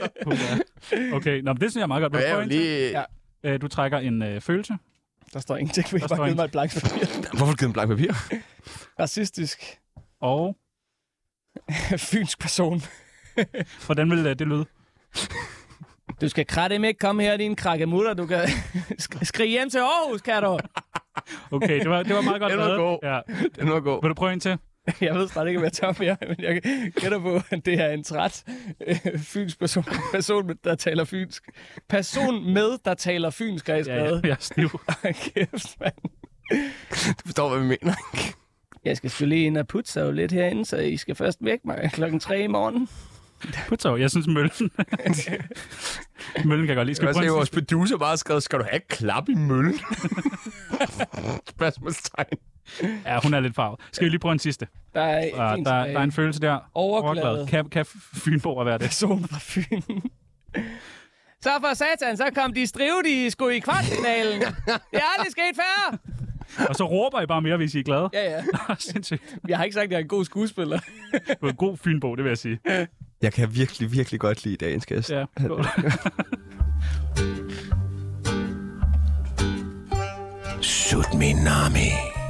Okay, nå, det synes jeg er meget godt. Du trækker en følelse. Der står ingenting, for jeg bare givet mig et blankt papir. Hvorfor givet en blankt papir? Racistisk. Og? Fynsk person. Hvordan vil det lyde? Du skal kratte ikke komme her, din krakkemutter. Du kan skrige hjem til Aarhus, kan du? Okay, det var meget godt. Den var god. Ja. Den var god. Vil du prøve en til? Jeg ved snart ikke, om jeg tør mere, men jeg gætter på, at det er en træt fynsk person. Person, der taler fynsk. Person med, der taler fynsk, har jeg skrevet. Ja, jeg er stiv. Kæft, mand. Du forstår, hvad vi mener. Jeg skal selvfølgelig ind og putte sig lidt herinde, så I skal først væk mig 3:00 i morgen. Putte jeg synes møllen. Møllen kan godt lide. Jeg ser vores producer bare skrevet, skal du have et klap i møllen? Spørgsmålstegn. Ja, hun er lidt farvet. Skal vi lige prøve en sidste? Der er en følelse der. Overglad. Kan Fynborg være det? Person fra Fyn. Så for satan, så kom de strivet i kvartfinalen. Det er aldrig sket før. Og så råber I bare mere, hvis I er glade. Ja. Sindssygt. Jeg har ikke sagt, at jeg er en god skuespiller. Du er en god Fynbo, det vil jeg sige. Jeg kan virkelig, virkelig godt lide dagens gæst. Ja, Sut min nami.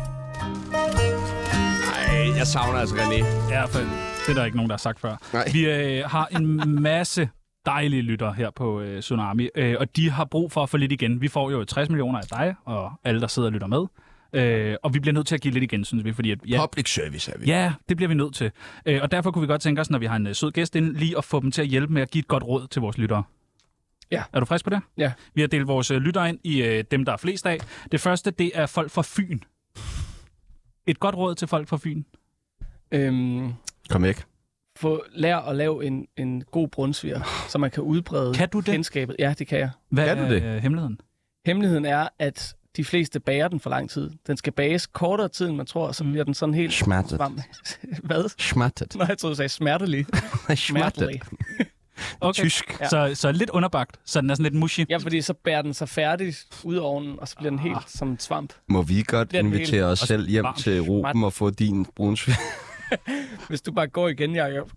Ej, jeg savner altså René. Ja, for det er der ikke nogen, der har sagt før. Nej. Vi har en masse dejlige lyttere her på Tsunami, og de har brug for at få lidt igen. Vi får jo 60 millioner af dig, og alle, der sidder og lytter med. Og vi bliver nødt til at give lidt igen, synes vi. Fordi at, Public service er vi. Ja, det bliver vi nødt til. Og derfor kunne vi godt tænke os, når vi har en sød gæst ind, lige at få dem til at hjælpe med at give et godt råd til vores lyttere. Ja. Er du frisk på det? Ja. Vi har delt vores lyttere ind i dem, der er flest af. Det første, det er folk fra Fyn. Et godt råd til folk fra Fyn. Kom ikke. Lær at lave en god brunsviger, så man kan udbrede kendskabet. Ja, det kan jeg. Hvad er hemmeligheden? Hemmeligheden er, at de fleste bager den for lang tid. Den skal bages kortere tid, end man tror, og så bliver den sådan helt... Smattet. Hvad? Smattet. Nå, jeg troede, du sagde smertelig. Smattet. Okay. Tysk. Ja. Så lidt underbagt, så den er sådan lidt mushy. Ja, fordi så bærer den sig færdig ud af ovnen, og så bliver den helt som en svamp. Må vi godt invitere os selv hjem til Ruben og få din brunsviger? Hvis du bare går igen, Jacob.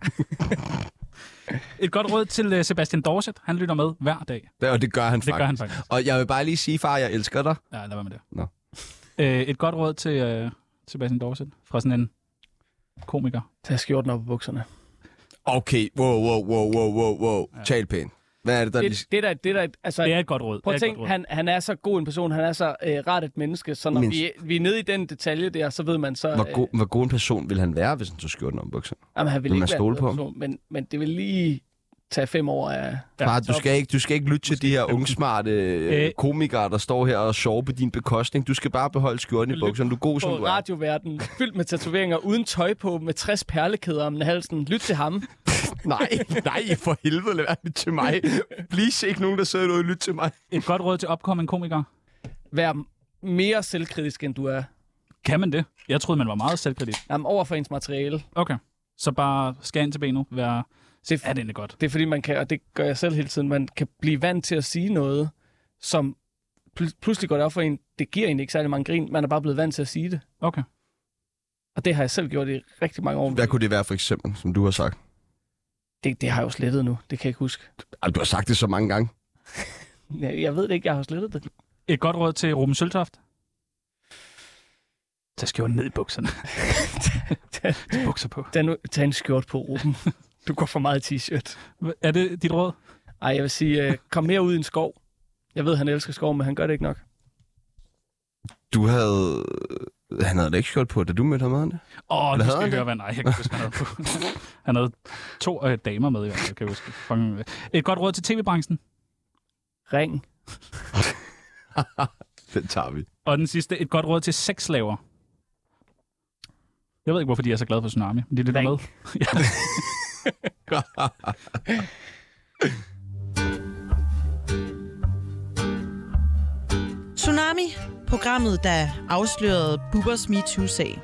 Et godt råd til Sebastian Dorset. Han lytter med hver dag. Og det gør han faktisk. Og jeg vil bare lige sige, far, jeg elsker dig. Ja, lad være med det. Nå. Et godt råd til Sebastian Dorset fra sådan en komiker. Tag skjorten op på bukserne. Okay, wow. Ja. Tal pænt. Hvad er det, der... Det er et godt råd. Prøv at tænke, han er så god en person, han er så rart et menneske, så når vi er nede i den detalje der, så ved man så... Hvor god en person vil han være, hvis han tog skjorten om bukserne? Jamen, han vil ikke være en person, men det vil lige tage 5 år af... Far, du skal ikke lytte til de her unge, komikere, der står her og sover på din bekostning. Du skal bare beholde skjorten i bukserne. Du er god, som du er. Radioverden, fyldt med tatoveringer, uden tøj på, med 60 perlekæder om halsen. Lyt til ham. Nej, for helvede, lad være lyt til mig. Please, ikke nogen, der sidder noget, lyt til mig. Et godt råd til opkommende komiker. Vær mere selvkritisk, end du er. Kan man det? Jeg troede, man var meget selvkritisk. Jamen, over for ens materiale. Okay, så bare skære ind til benet. Er det egentlig godt? Det er fordi, man kan, og det gør jeg selv hele tiden, man kan blive vant til at sige noget, som pludselig går det op for en. Det giver egentlig ikke særlig mange grin. Man er bare blevet vant til at sige det. Okay. Og det har jeg selv gjort i rigtig mange år. Hvad kunne det være for eksempel, som du har sagt? Det har jeg jo slettet nu. Det kan jeg ikke huske. Du har sagt det så mange gange. Jeg ved det ikke. Jeg har slettet det. Et godt råd til Ruben Søltoft. Tag skjorten ned i bukserne. Tag bukser på. Tag en skjort på, Ruben. Du går for meget i t-shirt. Er det dit råd? Ej, jeg vil sige, kom mere ud i en skov. Jeg ved, han elsker skov, men han gør det ikke nok. Han havde da ikke skjort på, da du mødte ham, havde han det? Nu skal jeg høre, hvad nej, jeg kan huske, han havde på. Han havde 2 damer med, jeg kan huske. Et godt råd til tv-branchen. Ring. Den tager vi. Og den sidste, et godt råd til sexslaver. Jeg ved ikke, hvorfor de er så glade for Tsunami, men de er lidt med. Tsunami, programmet, der afslørede Bubbers MeToo-sag.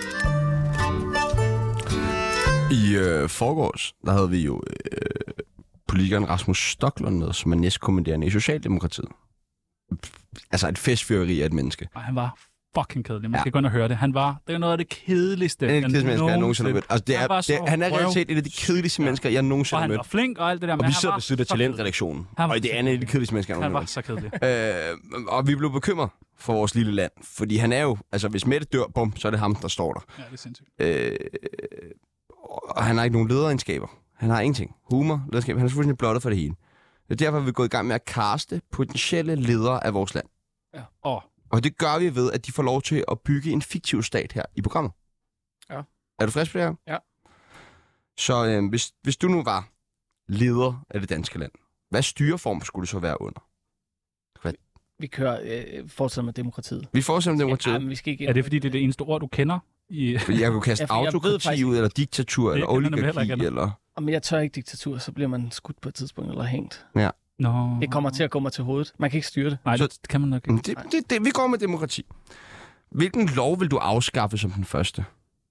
I forgårs, der havde vi jo politikeren Rasmus Stoklund med, som er næstkommanderende i Socialdemokratiet. Altså et festfyreri af et menneske. Og han var fucking kedelig. Man skal gå ind og høre det. Det er noget af det kedeligste, jeg nogensinde har mødt. Altså, han er realitet et af de kedeligste mennesker, jeg nogensinde har mødt. Og han var flink og alt det der. Og vi sidder ved siden af talentredaktionen. Og det andet er de kedeligste mennesker, jeg nogensinde har mødt. Han var så kedelig. Og vi blev bekymret for vores lille land. Fordi han er jo, altså hvis Mette dør, bum, så er det ham, der står der. Ja, det er sindssygt. Og han har ikke nogen lederegenskaber. Han har ingenting. Humor, lederskab. Han er fuldstændig blottet for det hele. Det er derfor, vi er gået i gang med at kaste potentielle ledere af vores land. Ja. Og det gør vi ved, at de får lov til at bygge en fiktiv stat her i programmet. Ja. Er du frisk på det her? Ja. Så hvis du nu var leder af det danske land, hvad styreform skulle det så være under? Vi kører fortsætter med demokratiet. Vi fortsætter med demokratiet? Ja, men vi skal ikke er det, fordi det er det eneste ord, du kender? Fordi jeg kunne kaste autokrati ud, eller diktatur, eller oligarki, eller... Men jeg tør ikke diktatur, så bliver man skudt på et tidspunkt, eller hængt. Ja. No. Det kommer til at gå mig til hovedet. Man kan ikke styre det. Nej, det kan man nok ikke. Vi går med demokrati. Hvilken lov vil du afskaffe som den første?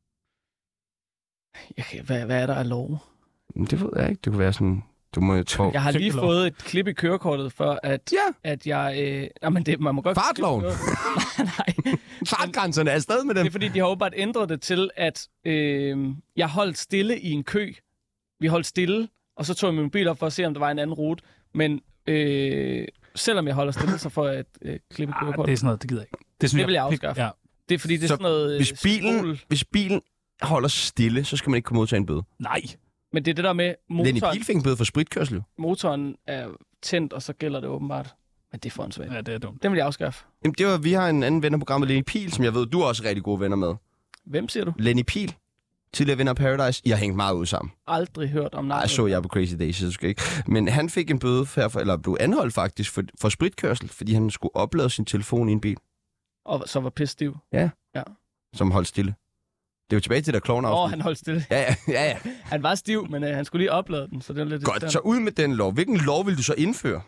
Hvad er der af lov? Det ved jeg ikke. Det kunne være sådan... Du må jo jeg har lige fået et klip i kørekortet for, at jeg... Jamen, man må godt... Fartloven? Nej. Fartgrænserne er stadig med dem. Det er fordi, de har åbenbart ændret det til, at jeg holdt stille i en kø. Vi holdt stille, og så tog jeg min mobil op for at se, om der var en anden rute. Men selvom jeg holder stille, så får jeg et klip i kørekortet. Det er sådan noget, det gider jeg ikke. Det vil jeg afskaffe. Ja. Det er fordi, det er sådan noget... Hvis bilen holder stille, så skal man ikke komme ud til en bøde. Nej. Men det er det der med motoren... Lenny Pihl fik en bøde for spritkørsel. Motoren er tændt, og så gælder det åbenbart. Men det er for en svag. Ja, det er dumt. Den vil jeg afskaffe. Jamen, vi har en anden ven af programmet, Lenny Pihl, som jeg ved, du er også rigtig gode venner med. Hvem siger du? Lenny Pihl. Tidligere vinder Paradise. I har hængt meget ud sammen. Aldrig hørt om navnet. Så jeg på Crazy Days, så skal ikke. Men han fik en bøde, eller blev anholdt faktisk, for spritkørsel, fordi han skulle oplade sin telefon i en bil. Og så var pisstiv? Ja. Som holdt stille. Det er jo tilbage til der klovn-afsnit. Han holdt stille. Ja. Han var stiv, men han skulle lige oplade den, så det var lidt... Godt, så ud med den lov. Hvilken lov vil du så indføre?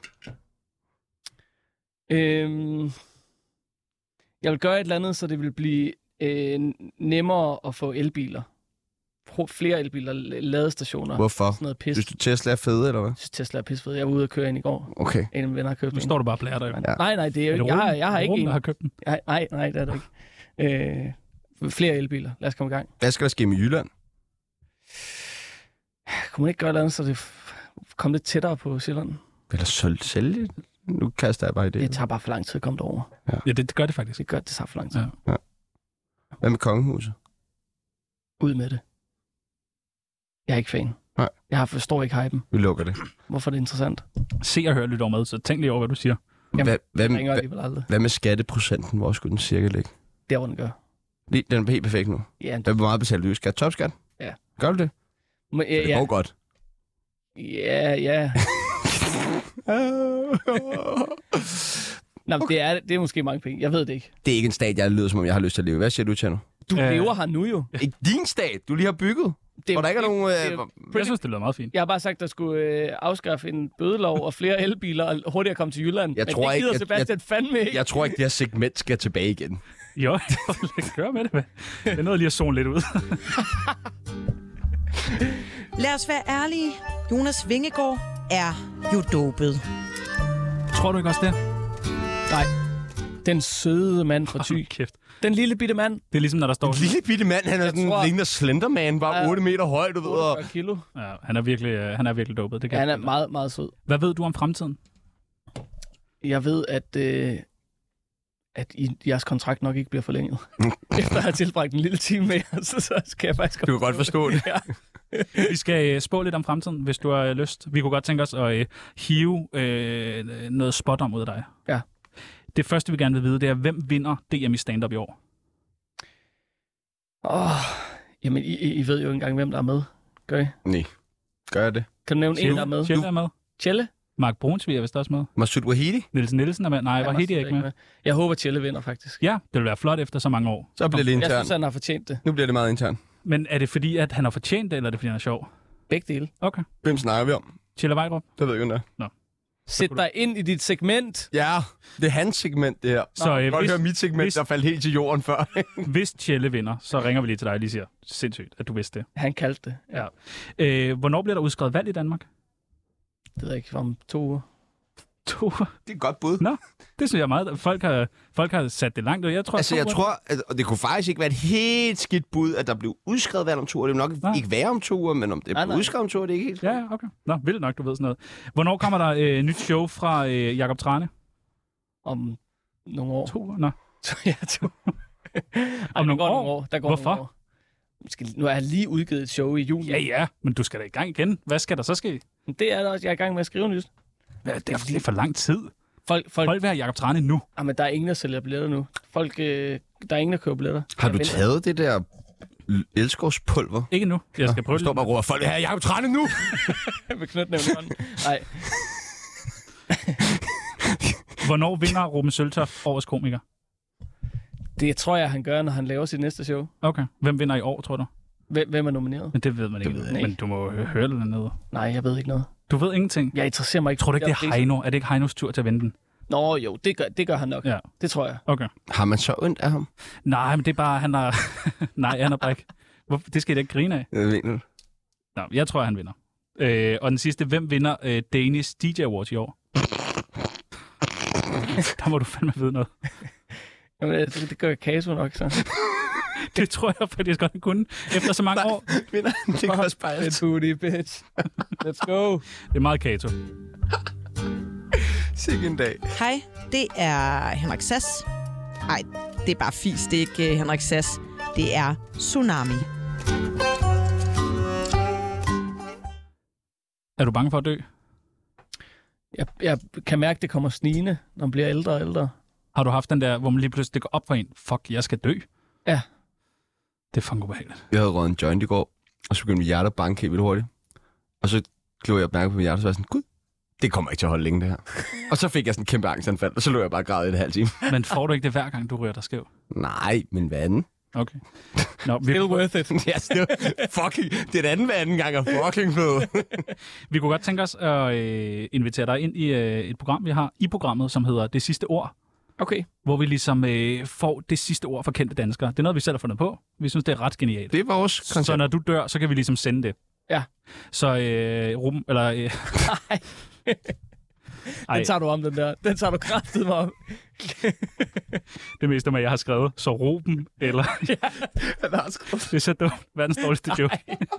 Jeg vil gøre et eller andet, så det vil blive nemmere at få elbiler. Flere elbiler, ladestationer. Hvorfor? Sådan noget pis. Synes du Tesla er fede, eller hvad? Jeg synes Tesla er pissfed. Jeg var ude og køre ind i går. Okay. En af mine venner har købt den. Nu står du bare og blærer dig. Ja. Nej, det er jo ikke. Jeg har ikke en. Der har købt den? Nej, det er det ikke. Flere elbiler. Lad os komme i gang. Hvad skal der ske med Jylland? Kunne man ikke gøre noget, så det kom lidt tættere på Sjælland? Eller sælge? Nu kaster jeg bare i det. Det tager bare for lang tid at komme derover. Ja, det gør det faktisk. Det tager for lang tid. Ja. Hvad med kongehuset? Ud med det. Jeg er ikke fan. Nej. Jeg forstår ikke hypen. Vi lukker det. Hvorfor er det interessant? Se og hør lidt over med, så tænk lige over, hvad du siger. Hvad med skatteprocenten? Hvor skulle den cirka ligge? Der, hvor den gør. Den er helt perfekt nu. Ja. Hvor meget betaler du i skat? Topskat? Ja. Gør du det? Det går godt. Ja. Nå, det er måske mange penge. Jeg ved det ikke. Det er ikke en stat, jeg lyder, som om jeg har lyst til at leve. Hvad siger du, Tjerno? Du lever her nu jo. Ikke din stat, du lige har bygget. Og der ikke er nogen... Jeg synes, det lyder meget fint. Jeg har bare sagt, at der skulle afskaffe en bødelov og flere elbiler og hurtigere komme til Jylland. Jeg tror ikke, Sebastian fandme ikke. Jeg tror ikke, det her segment skal tilbage igen. Jo, lad os køre med det. Det er noget lige at zone lidt ud. Lad os være ærlige. Jonas Vingegaard er jo dopet. Tror du ikke også det? Nej. Den søde mand fra Thy. Kæft. Den lille bitte mand. Det er ligesom, når der står... Den lille bitte mand, han er sådan ligner Slenderman, bare 8 meter høj, du ved. 48 kilo. Ja, han er virkelig dopet. Det kan han er meget, meget sød. Hvad ved du om fremtiden? Jeg ved, at jeres kontrakt nok ikke bliver forlænget. Efter at have tilbragt en lille time med, så skal jeg faktisk... Du kan godt forstå det. Ja. Vi skal spå lidt om fremtiden, hvis du har lyst. Vi kunne godt tænke os at hive noget spot om ud af dig. Ja. Det første, vi gerne vil vide, det er, hvem vinder DM i stand-up i år? Jamen, I ved jo ikke engang, hvem der er med. Gør I? Nej. Gør jeg det? Kan du nævne en, der er med? Tjelle er med. Tjelle? Mark Brunsvig er vist også med. Masud Wahidi? Nielsen er med. Nej, Wahidi er ikke med. Jeg håber, Tjelle vinder, faktisk. Ja, det vil være flot efter så mange år. Så bliver det internt. Jeg synes, han har fortjent det. Nu bliver det meget internt. Men er det fordi, at han har fortjent det, eller er det fordi, han er sjov? Begge dele. Okay. Hvem snakker vi om? Tjelle Vejrup? Det ved jeg ikke, Nå. Sæt dig ind i dit segment. Ja, det er hans segment, det her. Så jeg kan godt høre mit segment, der faldt helt til jorden før. Hvis Tjelle vinder, så ringer vi lige til dig og lige siger, sindssygt, at du vidste det. Han kaldte det. Ja. Hvornår bliver der udskrevet valg i Danmark? Det ved jeg ikke, om 2 uger. 2 uger? Det er et godt bud. Nå, det synes jeg meget. Folk har sat det langt ud. Jeg tror, og det kunne faktisk ikke være et helt skidt bud, at der blev udskrevet valg om 2 uger. Det vil nok ikke være om 2 uger, men om det blev udskrevet om 2 uger, det er ikke helt. Ja, okay. Nå, vildt nok, du ved sådan noget. Hvornår kommer der nyt show fra Jakob Trane? Om nogle år. 2 uger? Nå. Ja, 2 om nogle år? Der går Hvorfor? Nogle år. Nu har jeg lige udgivet et show i juni. Ja, men du skal da i gang igen. Hvad skal der så ske? Det er der også. Jeg er i gang med at skrive nyt. Det er for lang tid. Folk vil have Jakob Trane nu. Jamen, der er ingen, der sælger billetter nu. Der er ingen, der køber billetter. Har du taget det der elskovspulver? Ikke nu. Jeg skal prøve det. Står bare og råber, folk vil have Jakob Trane nu! Med knytnævn i hånden. Nej. Hvornår vinder Ruben Søltoft årets komiker? Det tror jeg, han gør, når han laver sit næste show. Okay. Hvem vinder i år, tror du? Hvem er nomineret? Men det ved man ikke. Men du må høre det dernede. Nej, jeg ved ikke noget. Du ved ingenting? Jeg interesserer mig ikke. Tror du ikke, det er Heino? Er det ikke Heinos tur til at vinde den? Nå jo, det gør han nok. Ja. Det tror jeg. Okay. Har man så ondt af ham? Nej, men det er bare, han har... Nej, han har bare ikke... Det skal I da ikke grine af. Jeg ved det. Nå, jeg tror, han vinder. Og den sidste, hvem vinder Danish DJ Awards i år? Der må du fandme vide noget. Jamen, det gør Kato nok, så. Det tror jeg faktisk godt, han kunne. Efter så mange år. Vinder det gør spejlet. Booty, bitch. Let's go. Det er meget Kato. Sikke en dag. Hej, det er Henrik Sass. Nej, det er bare fis, det er ikke Henrik Sass. Det er Tsunami. Er du bange for at dø? Jeg kan mærke, det kommer snigende, når man bliver ældre og ældre. Har du haft den der, hvor man lige pludselig går op for en? Fuck, jeg skal dø. Ja. Det er fucking ubehageligt. Jeg havde røget en joint i går, og så begyndte mit hjerte at banke helt vildt hurtigt. Og så klog jeg opmærke på mit hjerte, og så var jeg sådan, gud, det kommer ikke til at holde længe, det her. Og så fik jeg sådan en kæmpe angstanfald, og så lå jeg bare græde i et halvt time. Men får du ikke det hver gang, du ryger dig skæv? Nej, men hvad anden? Okay. Nå, Still worth it. Ja, fucking, det er den anden hver anden gang, er fucking fed. Vi kunne godt tænke os at invitere dig ind i et program, vi har i programmet, som hedder Det Sidste Ord. Okay. Hvor vi ligesom får det sidste ord fra kendte danskere. Det er noget, vi selv har fundet på. Vi synes, det er ret genialt. Det er vores koncept. Så når du dør, så kan vi ligesom sende det. Ja. Så Ruben, eller... Nej. Den tager du om, den der. Den tager du kraftigt mig om. Det meste af jeg har skrevet. Så Ruben, eller... Ja, han har skrevet. Det er så dumt. Verdens dårligste joke.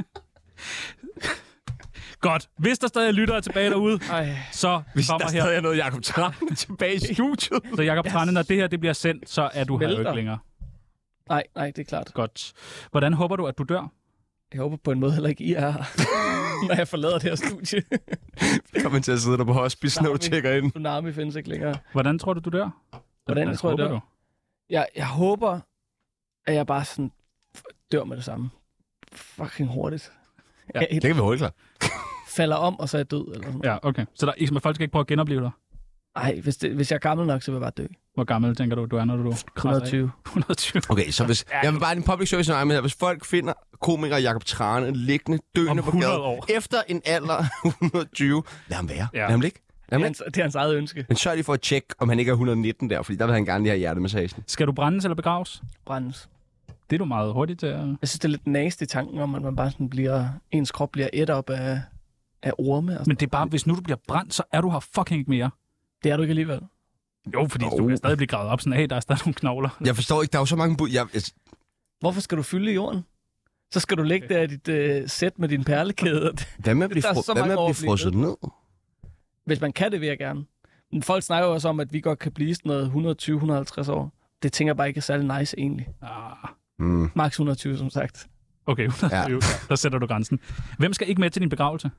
Godt. Hvis der stadig er lyttere tilbage derude, så hvis kommer der her... stadig er noget Jakob Trane tilbage i studiet. Så Jakob Trane, når det her det bliver sendt, så er du her jo ikke længere. Nej, det er klart. Godt. Hvordan håber du, at du dør? Jeg håber på en måde heller ikke, I er her, når jeg forlader det her studie. Kommer til at sidde der på hospice, når du tjekker ind. Tsunami findes ikke længere. Hvordan tror du dør? Hvordan tror jeg dør? Jeg håber, at jeg bare sådan dør med det samme. Fucking hurtigt. Ja, det kan vi hurtigt klart. Falder om, og så er jeg død. Eller sådan. Ja, okay. Så folk skal ikke prøve at genopleve dig? Nej, hvis jeg er gammel nok, så vil jeg bare dø. Hvor gammel tænker du er, når du 120. 120. Okay, så hvis... Jeg vil bare en public service med her. Hvis folk finder komiker Jakob Trane liggende, døende på gaden, efter en alder 120, lad ham være. Ja. Lad ham ligge. Det er hans eget ønske. Men sørg lige for at tjekke, om han ikke er 119 der, fordi der vil han gerne lige have hjertemassagen. Skal du brændes eller begraves? Brændes. Det er du meget hurtigt til at... Jeg synes, det er lidt nasty tanken om, at man bare sådan ens krop bliver ædt op af orme. Men det er bare, hvis nu du bliver brændt, så er du her fucking ikke mere. Det er du ikke alligevel. Jo, fordi du kan stadig blive gravet op sådan, hey, der er stadig nogle knogler. Jeg forstår ikke, der er jo så mange Hvorfor skal du fylde jorden? Så skal du ligge der i dit sæt med din perlekæde. Hvad med at blive frosset ned? Hvis man kan det, vil jeg gerne. Men folk snakker jo også om, at vi godt kan blive sådan noget 120-150 år. Det tænker jeg bare ikke er særlig nice egentlig. Max 120, som sagt. Okay, 120. Ja. Der sætter du grænsen. Hvem skal ikke med til din begravelse?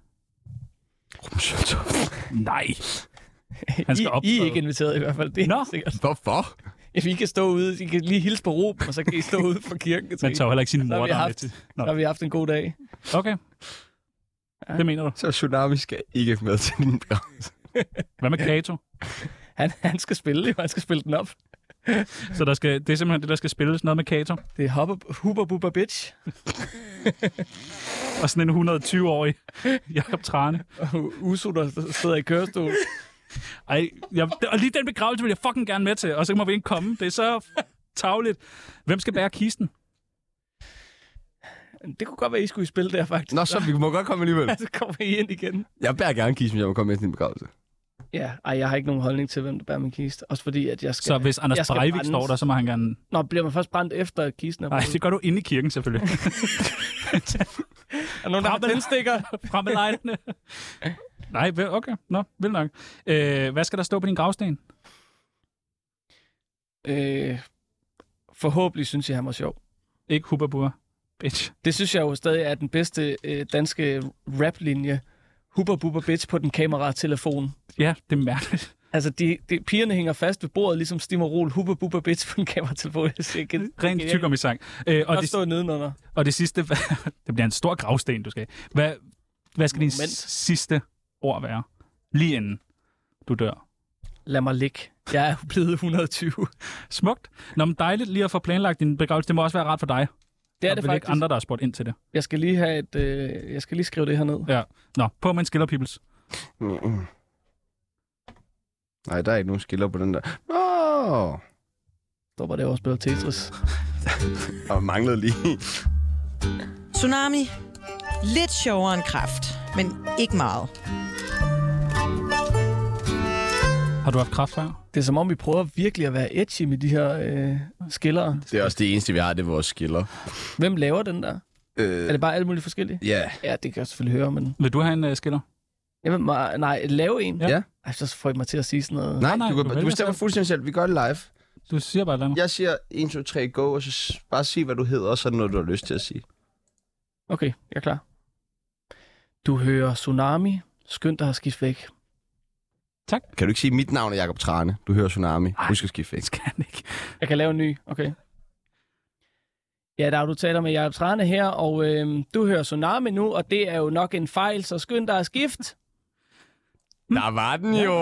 Nej. Han skal I er ikke inviteret i hvert fald. Det er sikkert. Hvorfor? If I kan stå ude, I kan lige hilse på Ruben, og så kan I stå ude for kirken. Man tager heller ikke sin mor der med til. Så har vi haft en god dag. Okay. Ja. Det mener du? Så Tsunami skal ikke med til din begravelse. Hvad med Kato? Han skal spille det, han skal spille den op. Så det er simpelthen det, der skal spilles noget med Kato? Det er Hubba Bubba Bitch. Og sådan en 120-årig Jakob Trane. Og Uso, der sidder i kørestol. Ej, og lige den begravelse vil jeg fucking gerne med til, og så må vi ikke komme. Det er så tarveligt. Hvem skal bære kisten? Det kunne godt være, I skulle spille der, faktisk. Nå, så vi må godt komme alligevel. Så kommer I ind igen. Jeg bærer gerne kisten, hvis jeg må komme med til din begravelse. Ja, jeg har ikke nogen holdning til, hvem der bærer min kiste. Også fordi, at jeg skal... Så hvis Anders Breivik står der, så må han gerne... Nå, bliver man først brændt efter kisten? Nej, det gør du inde i kirken, selvfølgelig. Er nogen, der har tændstikker? Frem med lejlene. Nej, okay. Nå, vildt nok. Hvad skal der stå på din gravsten? Forhåbentlig synes jeg, han var sjov. Ikke Hubba Bubba Bitch. Det synes jeg jo stadig er den bedste danske rap-linje. Hubba Bubba Bitch på den kameratelefon. Ja, det er mærkeligt. Altså, pigerne hænger fast ved bordet, ligesom Stim og Rol. Hubba Bubba Bitch på den kameratelefon. Rent tyk om i sang. Og det står nedenunder. Og det sidste, det bliver en stor gravsten, du skal. Hvad skal din sidste ord være? Lige inden du dør. Lad mig ligge. Jeg er blevet 120. Smukt. Nå, men dejligt lige at få planlagt din begravelse. Det må også være rart for dig. Det er det faktisk. Ikke andre, der har spurgt ind til det. Jeg skal lige have jeg skal lige skrive det her ned. Ja. Nå, på med en skiller, peoples. Nej, der er ikke nogen skiller på den der. Stopper det over at spille Tetris. Og manglede lige. Tsunami. Lidt sjovere end kræft, men ikke meget. Har du haft kræft før? Det er som om, vi prøver virkelig at være edgy med de her skillere. Det er også det eneste, vi har, det er vores skiller. Hvem laver den der? Er det bare alle mulige forskellige? Ja. Ja, det kan jeg selvfølgelig høre, men... Vil du have en skiller? Nej, lave en? Ja. Ej, så får jeg mig til at sige sådan noget. Nej, du bestemmer fuldstændig selv. Vi gør det live. Du siger bare noget. Jeg siger 1, 2, 3, go, og så bare sig, hvad du hedder, og så er det noget, du har lyst til at sige. Okay, jeg er klar. Du hører Tsunami. Skynd dig at skifte væk. Tak. Kan du ikke sige, mit navn er Jakob Trane? Du hører Tsunami. Husk at skifte væk. Det skal han ikke. Jeg kan lave en ny. Okay. Ja, der du taler med Jakob Trane her, og du hører Tsunami nu, og det er jo nok en fejl, så skynd dig at skifte. Der var den jo!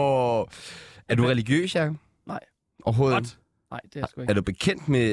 Er du religiøs, Jakob? Nej. Overhovedet? What? Nej, det er jeg sgu ikke. Er du bekendt med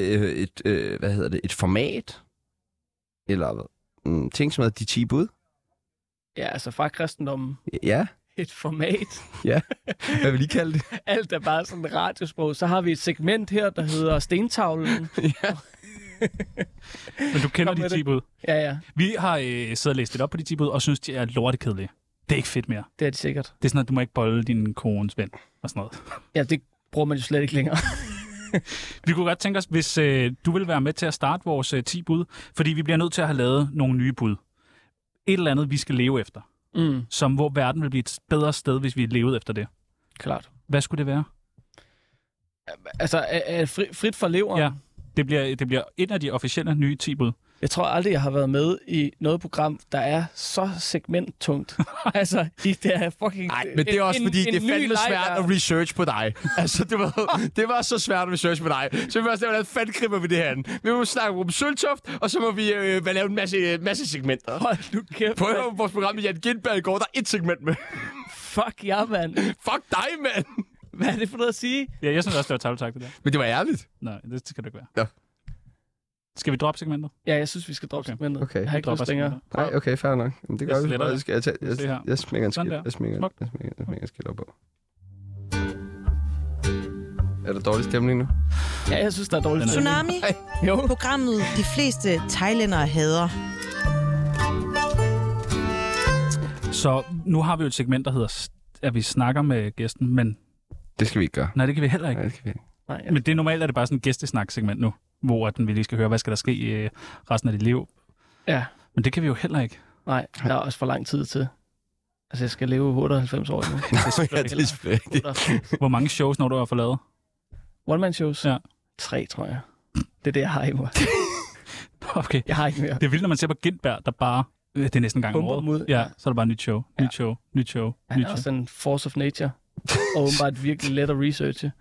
et format? Eller ting som hedder de 10 bud? Ja, altså fra kristendommen. Ja. Et format. Ja, hvad vil I kalde det? Alt er bare sådan et radiosprog. Så har vi et segment her, der hedder Stentavlen. Ja. Men du kender de 10 bud? Ja. Vi har siddet og læst lidt op på de 10 bud, og synes, de er lortekedelige. Det er ikke fedt mere. Det er det sikkert. Det er sådan, at du må ikke bolle din kones ven og sådan noget. Ja, det bruger man jo slet ikke længere. Vi kunne godt tænke os, hvis du vil være med til at starte vores 10 bud, fordi vi bliver nødt til at have lavet nogle nye bud. Et eller andet, vi skal leve efter. Som hvor verden vil blive et bedre sted, hvis vi levede efter det. Klart. Hvad skulle det være? Altså, er frit for leveren? Ja, det bliver et af de officielle nye 10 bud. Jeg tror aldrig, jeg har været med i noget program, der er så segmenttungt. Altså, det er fucking... Nej, men det er også fordi, det er fandme svært at research på dig. Altså, det var så svært at research på dig. Så vi må også lave et fandkriber ved det her. Vi må snakke om Søltoft, og så må vi lave en masse segmenter. Hold nu kæft. På vores program med Jan Gindberg i går, der er et segment med. Fuck ja, mand. Fuck dig, mand. Hvad er det for noget at sige? Ja, jeg synes også, det var tavletagt, det der. Men det var ærligt. Nej, det skal det ikke være. Ja. Skal vi droppe segmentet? Ja, jeg synes, vi skal droppe segmentet. Okay. Jeg har ikke lyst længere. Nej, okay, fair nok. Men det gør vi. Jeg smækker en skiller. Jeg smækker en skiller på. Er der dårlig stemning nu? Ja, jeg synes, der er dårlig stemning. Tsunami. Programmet de fleste thailændere hader. Så nu har vi jo et segment, der hedder, at vi snakker med gæsten, men... Det skal vi ikke gøre. Nej, det kan vi heller ikke. Nej, det kan vi ikke. Nej, ja. Men det normalt er det bare sådan en gæstesnak-segment nu, hvor den vi lige skal høre, hvad skal der ske i resten af dit liv. Ja. Men det kan vi jo heller ikke. Nej, der er også for lang tid til. Altså, jeg skal leve 98 år nu. Det er selvfølgelig. Hvor mange shows når du har fået lavet? One-man-shows? Ja. 3, tror jeg. Det er det, jeg har i mig. Okay. Jeg har ikke mere. Det er vildt, når man ser på Gintberg, der bare... Det er næsten en gang om året. Mod. Ja, så er der bare nyt show. Nyt show. Han er også en force of nature. Og åbenbart virkelig let at researche.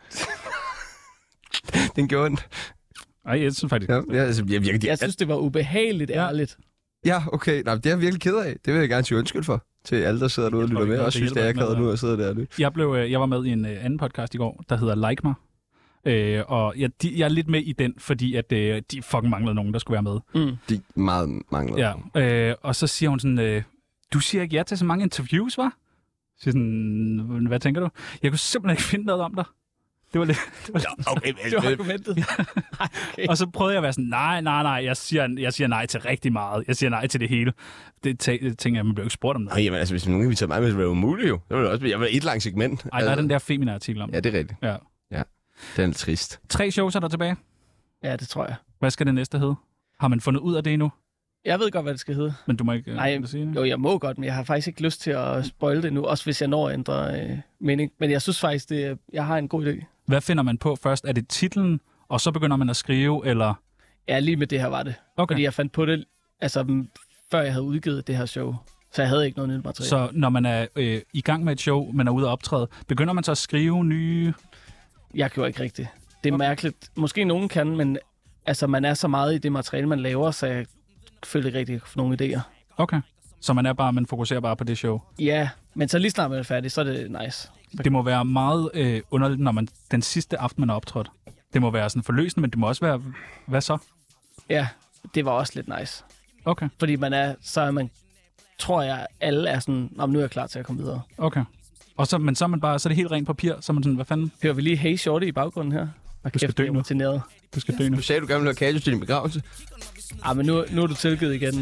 Den gjorde ondt. Ej, jeg synes faktisk... Jeg synes, det var ubehageligt ærligt. Ja, okay. Nej, det er jeg virkelig ked af. Det vil jeg gerne sige undskyld for. Til alle, der sidder derude og lytter med. Jeg synes, det er akavet nu at sidde der. Jeg var med i en anden podcast i går, der hedder Like Mig. Og jeg er lidt med i den, fordi at de fucking manglede nogen, der skulle være med. De meget manglede. Ja. Og så siger hun sådan, du siger ikke ja til så mange interviews, hva'? Så siger sådan, hvad tænker du? Jeg kunne simpelthen ikke finde noget om dig. Det var lidt... Okay, det var argumentet. Okay. Og så prøvede jeg at være sådan, nej, jeg siger nej til rigtig meget. Jeg siger nej til det hele. Det tænker jeg, man blev ikke spurgt om noget. Jamen altså, hvis nogen vil tage mig, hvis det var umuligt jo. Det var det også. Jeg var et langt segment. Ej, der er den der Femina-artikel om. Ja, det er rigtigt. Ja. Den er trist. 3 shows er der tilbage. Ja, det tror jeg. Hvad skal det næste hedde? Har man fundet ud af det endnu? Jeg ved godt, hvad det skal hedde. Men du må ikke sige det? Jo, jeg må godt, men jeg har faktisk ikke lyst til at spoile det nu, også hvis jeg når at ændre mening. Men jeg synes faktisk, jeg har en god idé. Hvad finder man på først? Er det titlen, og så begynder man at skrive, eller? Ja, lige med det her var det. Okay. Fordi jeg fandt på det, altså før jeg havde udgivet det her show. Så jeg havde ikke noget nyt materiale. Så når man er i gang med et show, man er ude at optræde, begynder man så at skrive nye... Jeg gjorde ikke rigtigt. Det er mærkeligt. Måske nogen kan, men altså, man er så meget i det materiale, man laver, så jeg føler ikke rigtig for nogle idéer. Okay. Så man fokuserer bare på det show? Ja, men så lige snart man er færdig, så er det nice. Det må være meget underligt, når man den sidste aften, man er optrådt. Det må være sådan forløsende, men det må også være... Hvad så? Ja, det var også lidt nice. Okay. Fordi tror jeg, alle er sådan, nu er jeg klar til at komme videre. Okay. Og så er man bare, så er det helt rent papir, så er man sådan, hvad fanden? Hører vi lige Hey Shorty i baggrunden her? Du skal dø nu. Du skal dø nu. Du sagde, du gerne ville have Kajo til din begravelse. Men nu er du tilgivet igen.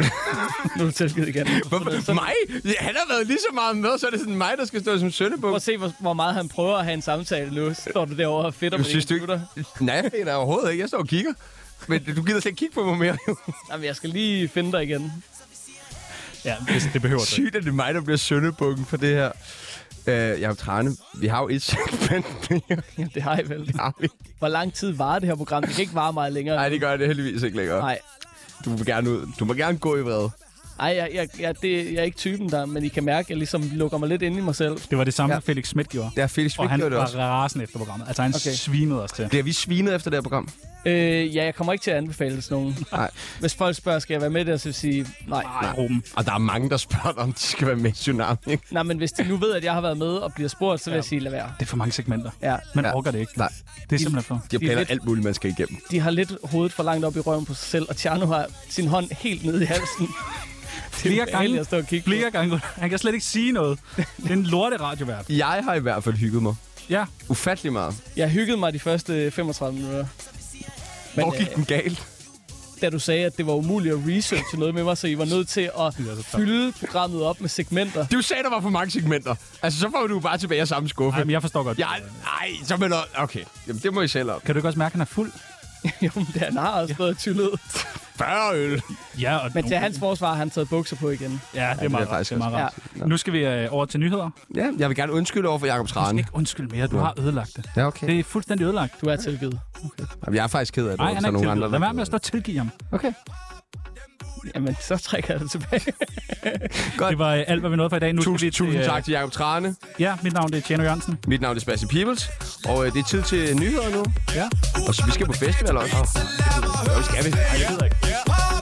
Hvorfor? Mig? Han har været lige så meget med, så er det sådan mig, der skal stå som søndebuk. Prøv at se, hvor meget han prøver at have en samtale nu. Står du derovre og fedter på dine computer? Nej, jeg fedter overhovedet ikke. Jeg står og kigger. Men du gider slet ikke kigge på mig mere. Jamen, jeg skal lige finde dig igen. Ja, det behøver du. Sygt, at det er mig, der bliver søndebukken for det her. Jakob Trane, vi har jo et segment mere. Ja, det har I vel. Det har vi. Hvor lang tid varer det her program? Det kan ikke vare meget længere. Nej, det gør det heldigvis ikke længere. Nej. Du vil gerne ud. Du må gerne gå i vrede. Nej, jeg er ikke typen der, men I kan mærke, at jeg ligesom lukker mig lidt ind i mig selv. Det var det samme, Felix Schmidt gjorde. Ja, Felix Schmidt gjorde det også. Og han var rasende efter programmet. Altså, han svinede os til. Bliver vi svinet efter det her program? Ja, jeg kommer ikke til at anbefale det til nogen. Nej. Hvis folk spørger, skal jeg være med der, så vil jeg sige nej. Og der er mange, der spørger, om de skal være med i Tsunami. Nej, men hvis de nu ved, at jeg har været med og bliver spurgt, så vil jeg sige, lad være. Det er for mange segmenter. Ja. Man orker det ikke. Nej. Det er simpelthen for. De har planer alt muligt, man skal igennem. De har lidt hovedet for langt op i røven på sig selv, og Tjerno har sin hånd helt nede i halsen. Flere gange. Han kan slet ikke sige noget. Det er en lorte radiovært. Jeg har i hvert fald hygget mig. Ja. Ufattelig meget. Jeg hyggede mig de første 35 minutter. Men, hvor gik den galt? Da du sagde, at det var umuligt at researche noget med mig, så I var nødt til at fylde programmet op med segmenter. Du sagde, der var for mange segmenter. Altså, så får du bare tilbage af samme skuffe. Nej, men jeg forstår godt. Nej, så men okay. Jamen, det må I selv op. Kan du ikke også mærke, at han er fuld? Jo, men han har også stået tyllet. 40 øl. Ja, men til hans forsvar har han taget bukser på igen. Ja, det er meget rart. Ja. Nu skal vi over til nyheder. Ja, jeg vil gerne undskylde over for Jakob Trane. Du skal ikke undskylde mere. Du har ødelagt det. Ja, okay. Det er fuldstændig ødelagt. Du er tilgivet. Okay. Jamen, jeg er faktisk ked af det. Nej, han er ikke tilgivet. Lad være med at stå og tilgive ham. Okay. Jamen, så trækker jeg det tilbage. Godt. Det var alt, hvad vi nåede for i dag. Nu tusind tak til Jakob Trane. Ja, mit navn er Tjerno Jørgensen. Mit navn er Sebastian Peebles. Og det er tid til nyheder nu. Ja. Og så vi skal på festival også. Ja, det skal vi. Nej, jeg ved ikke.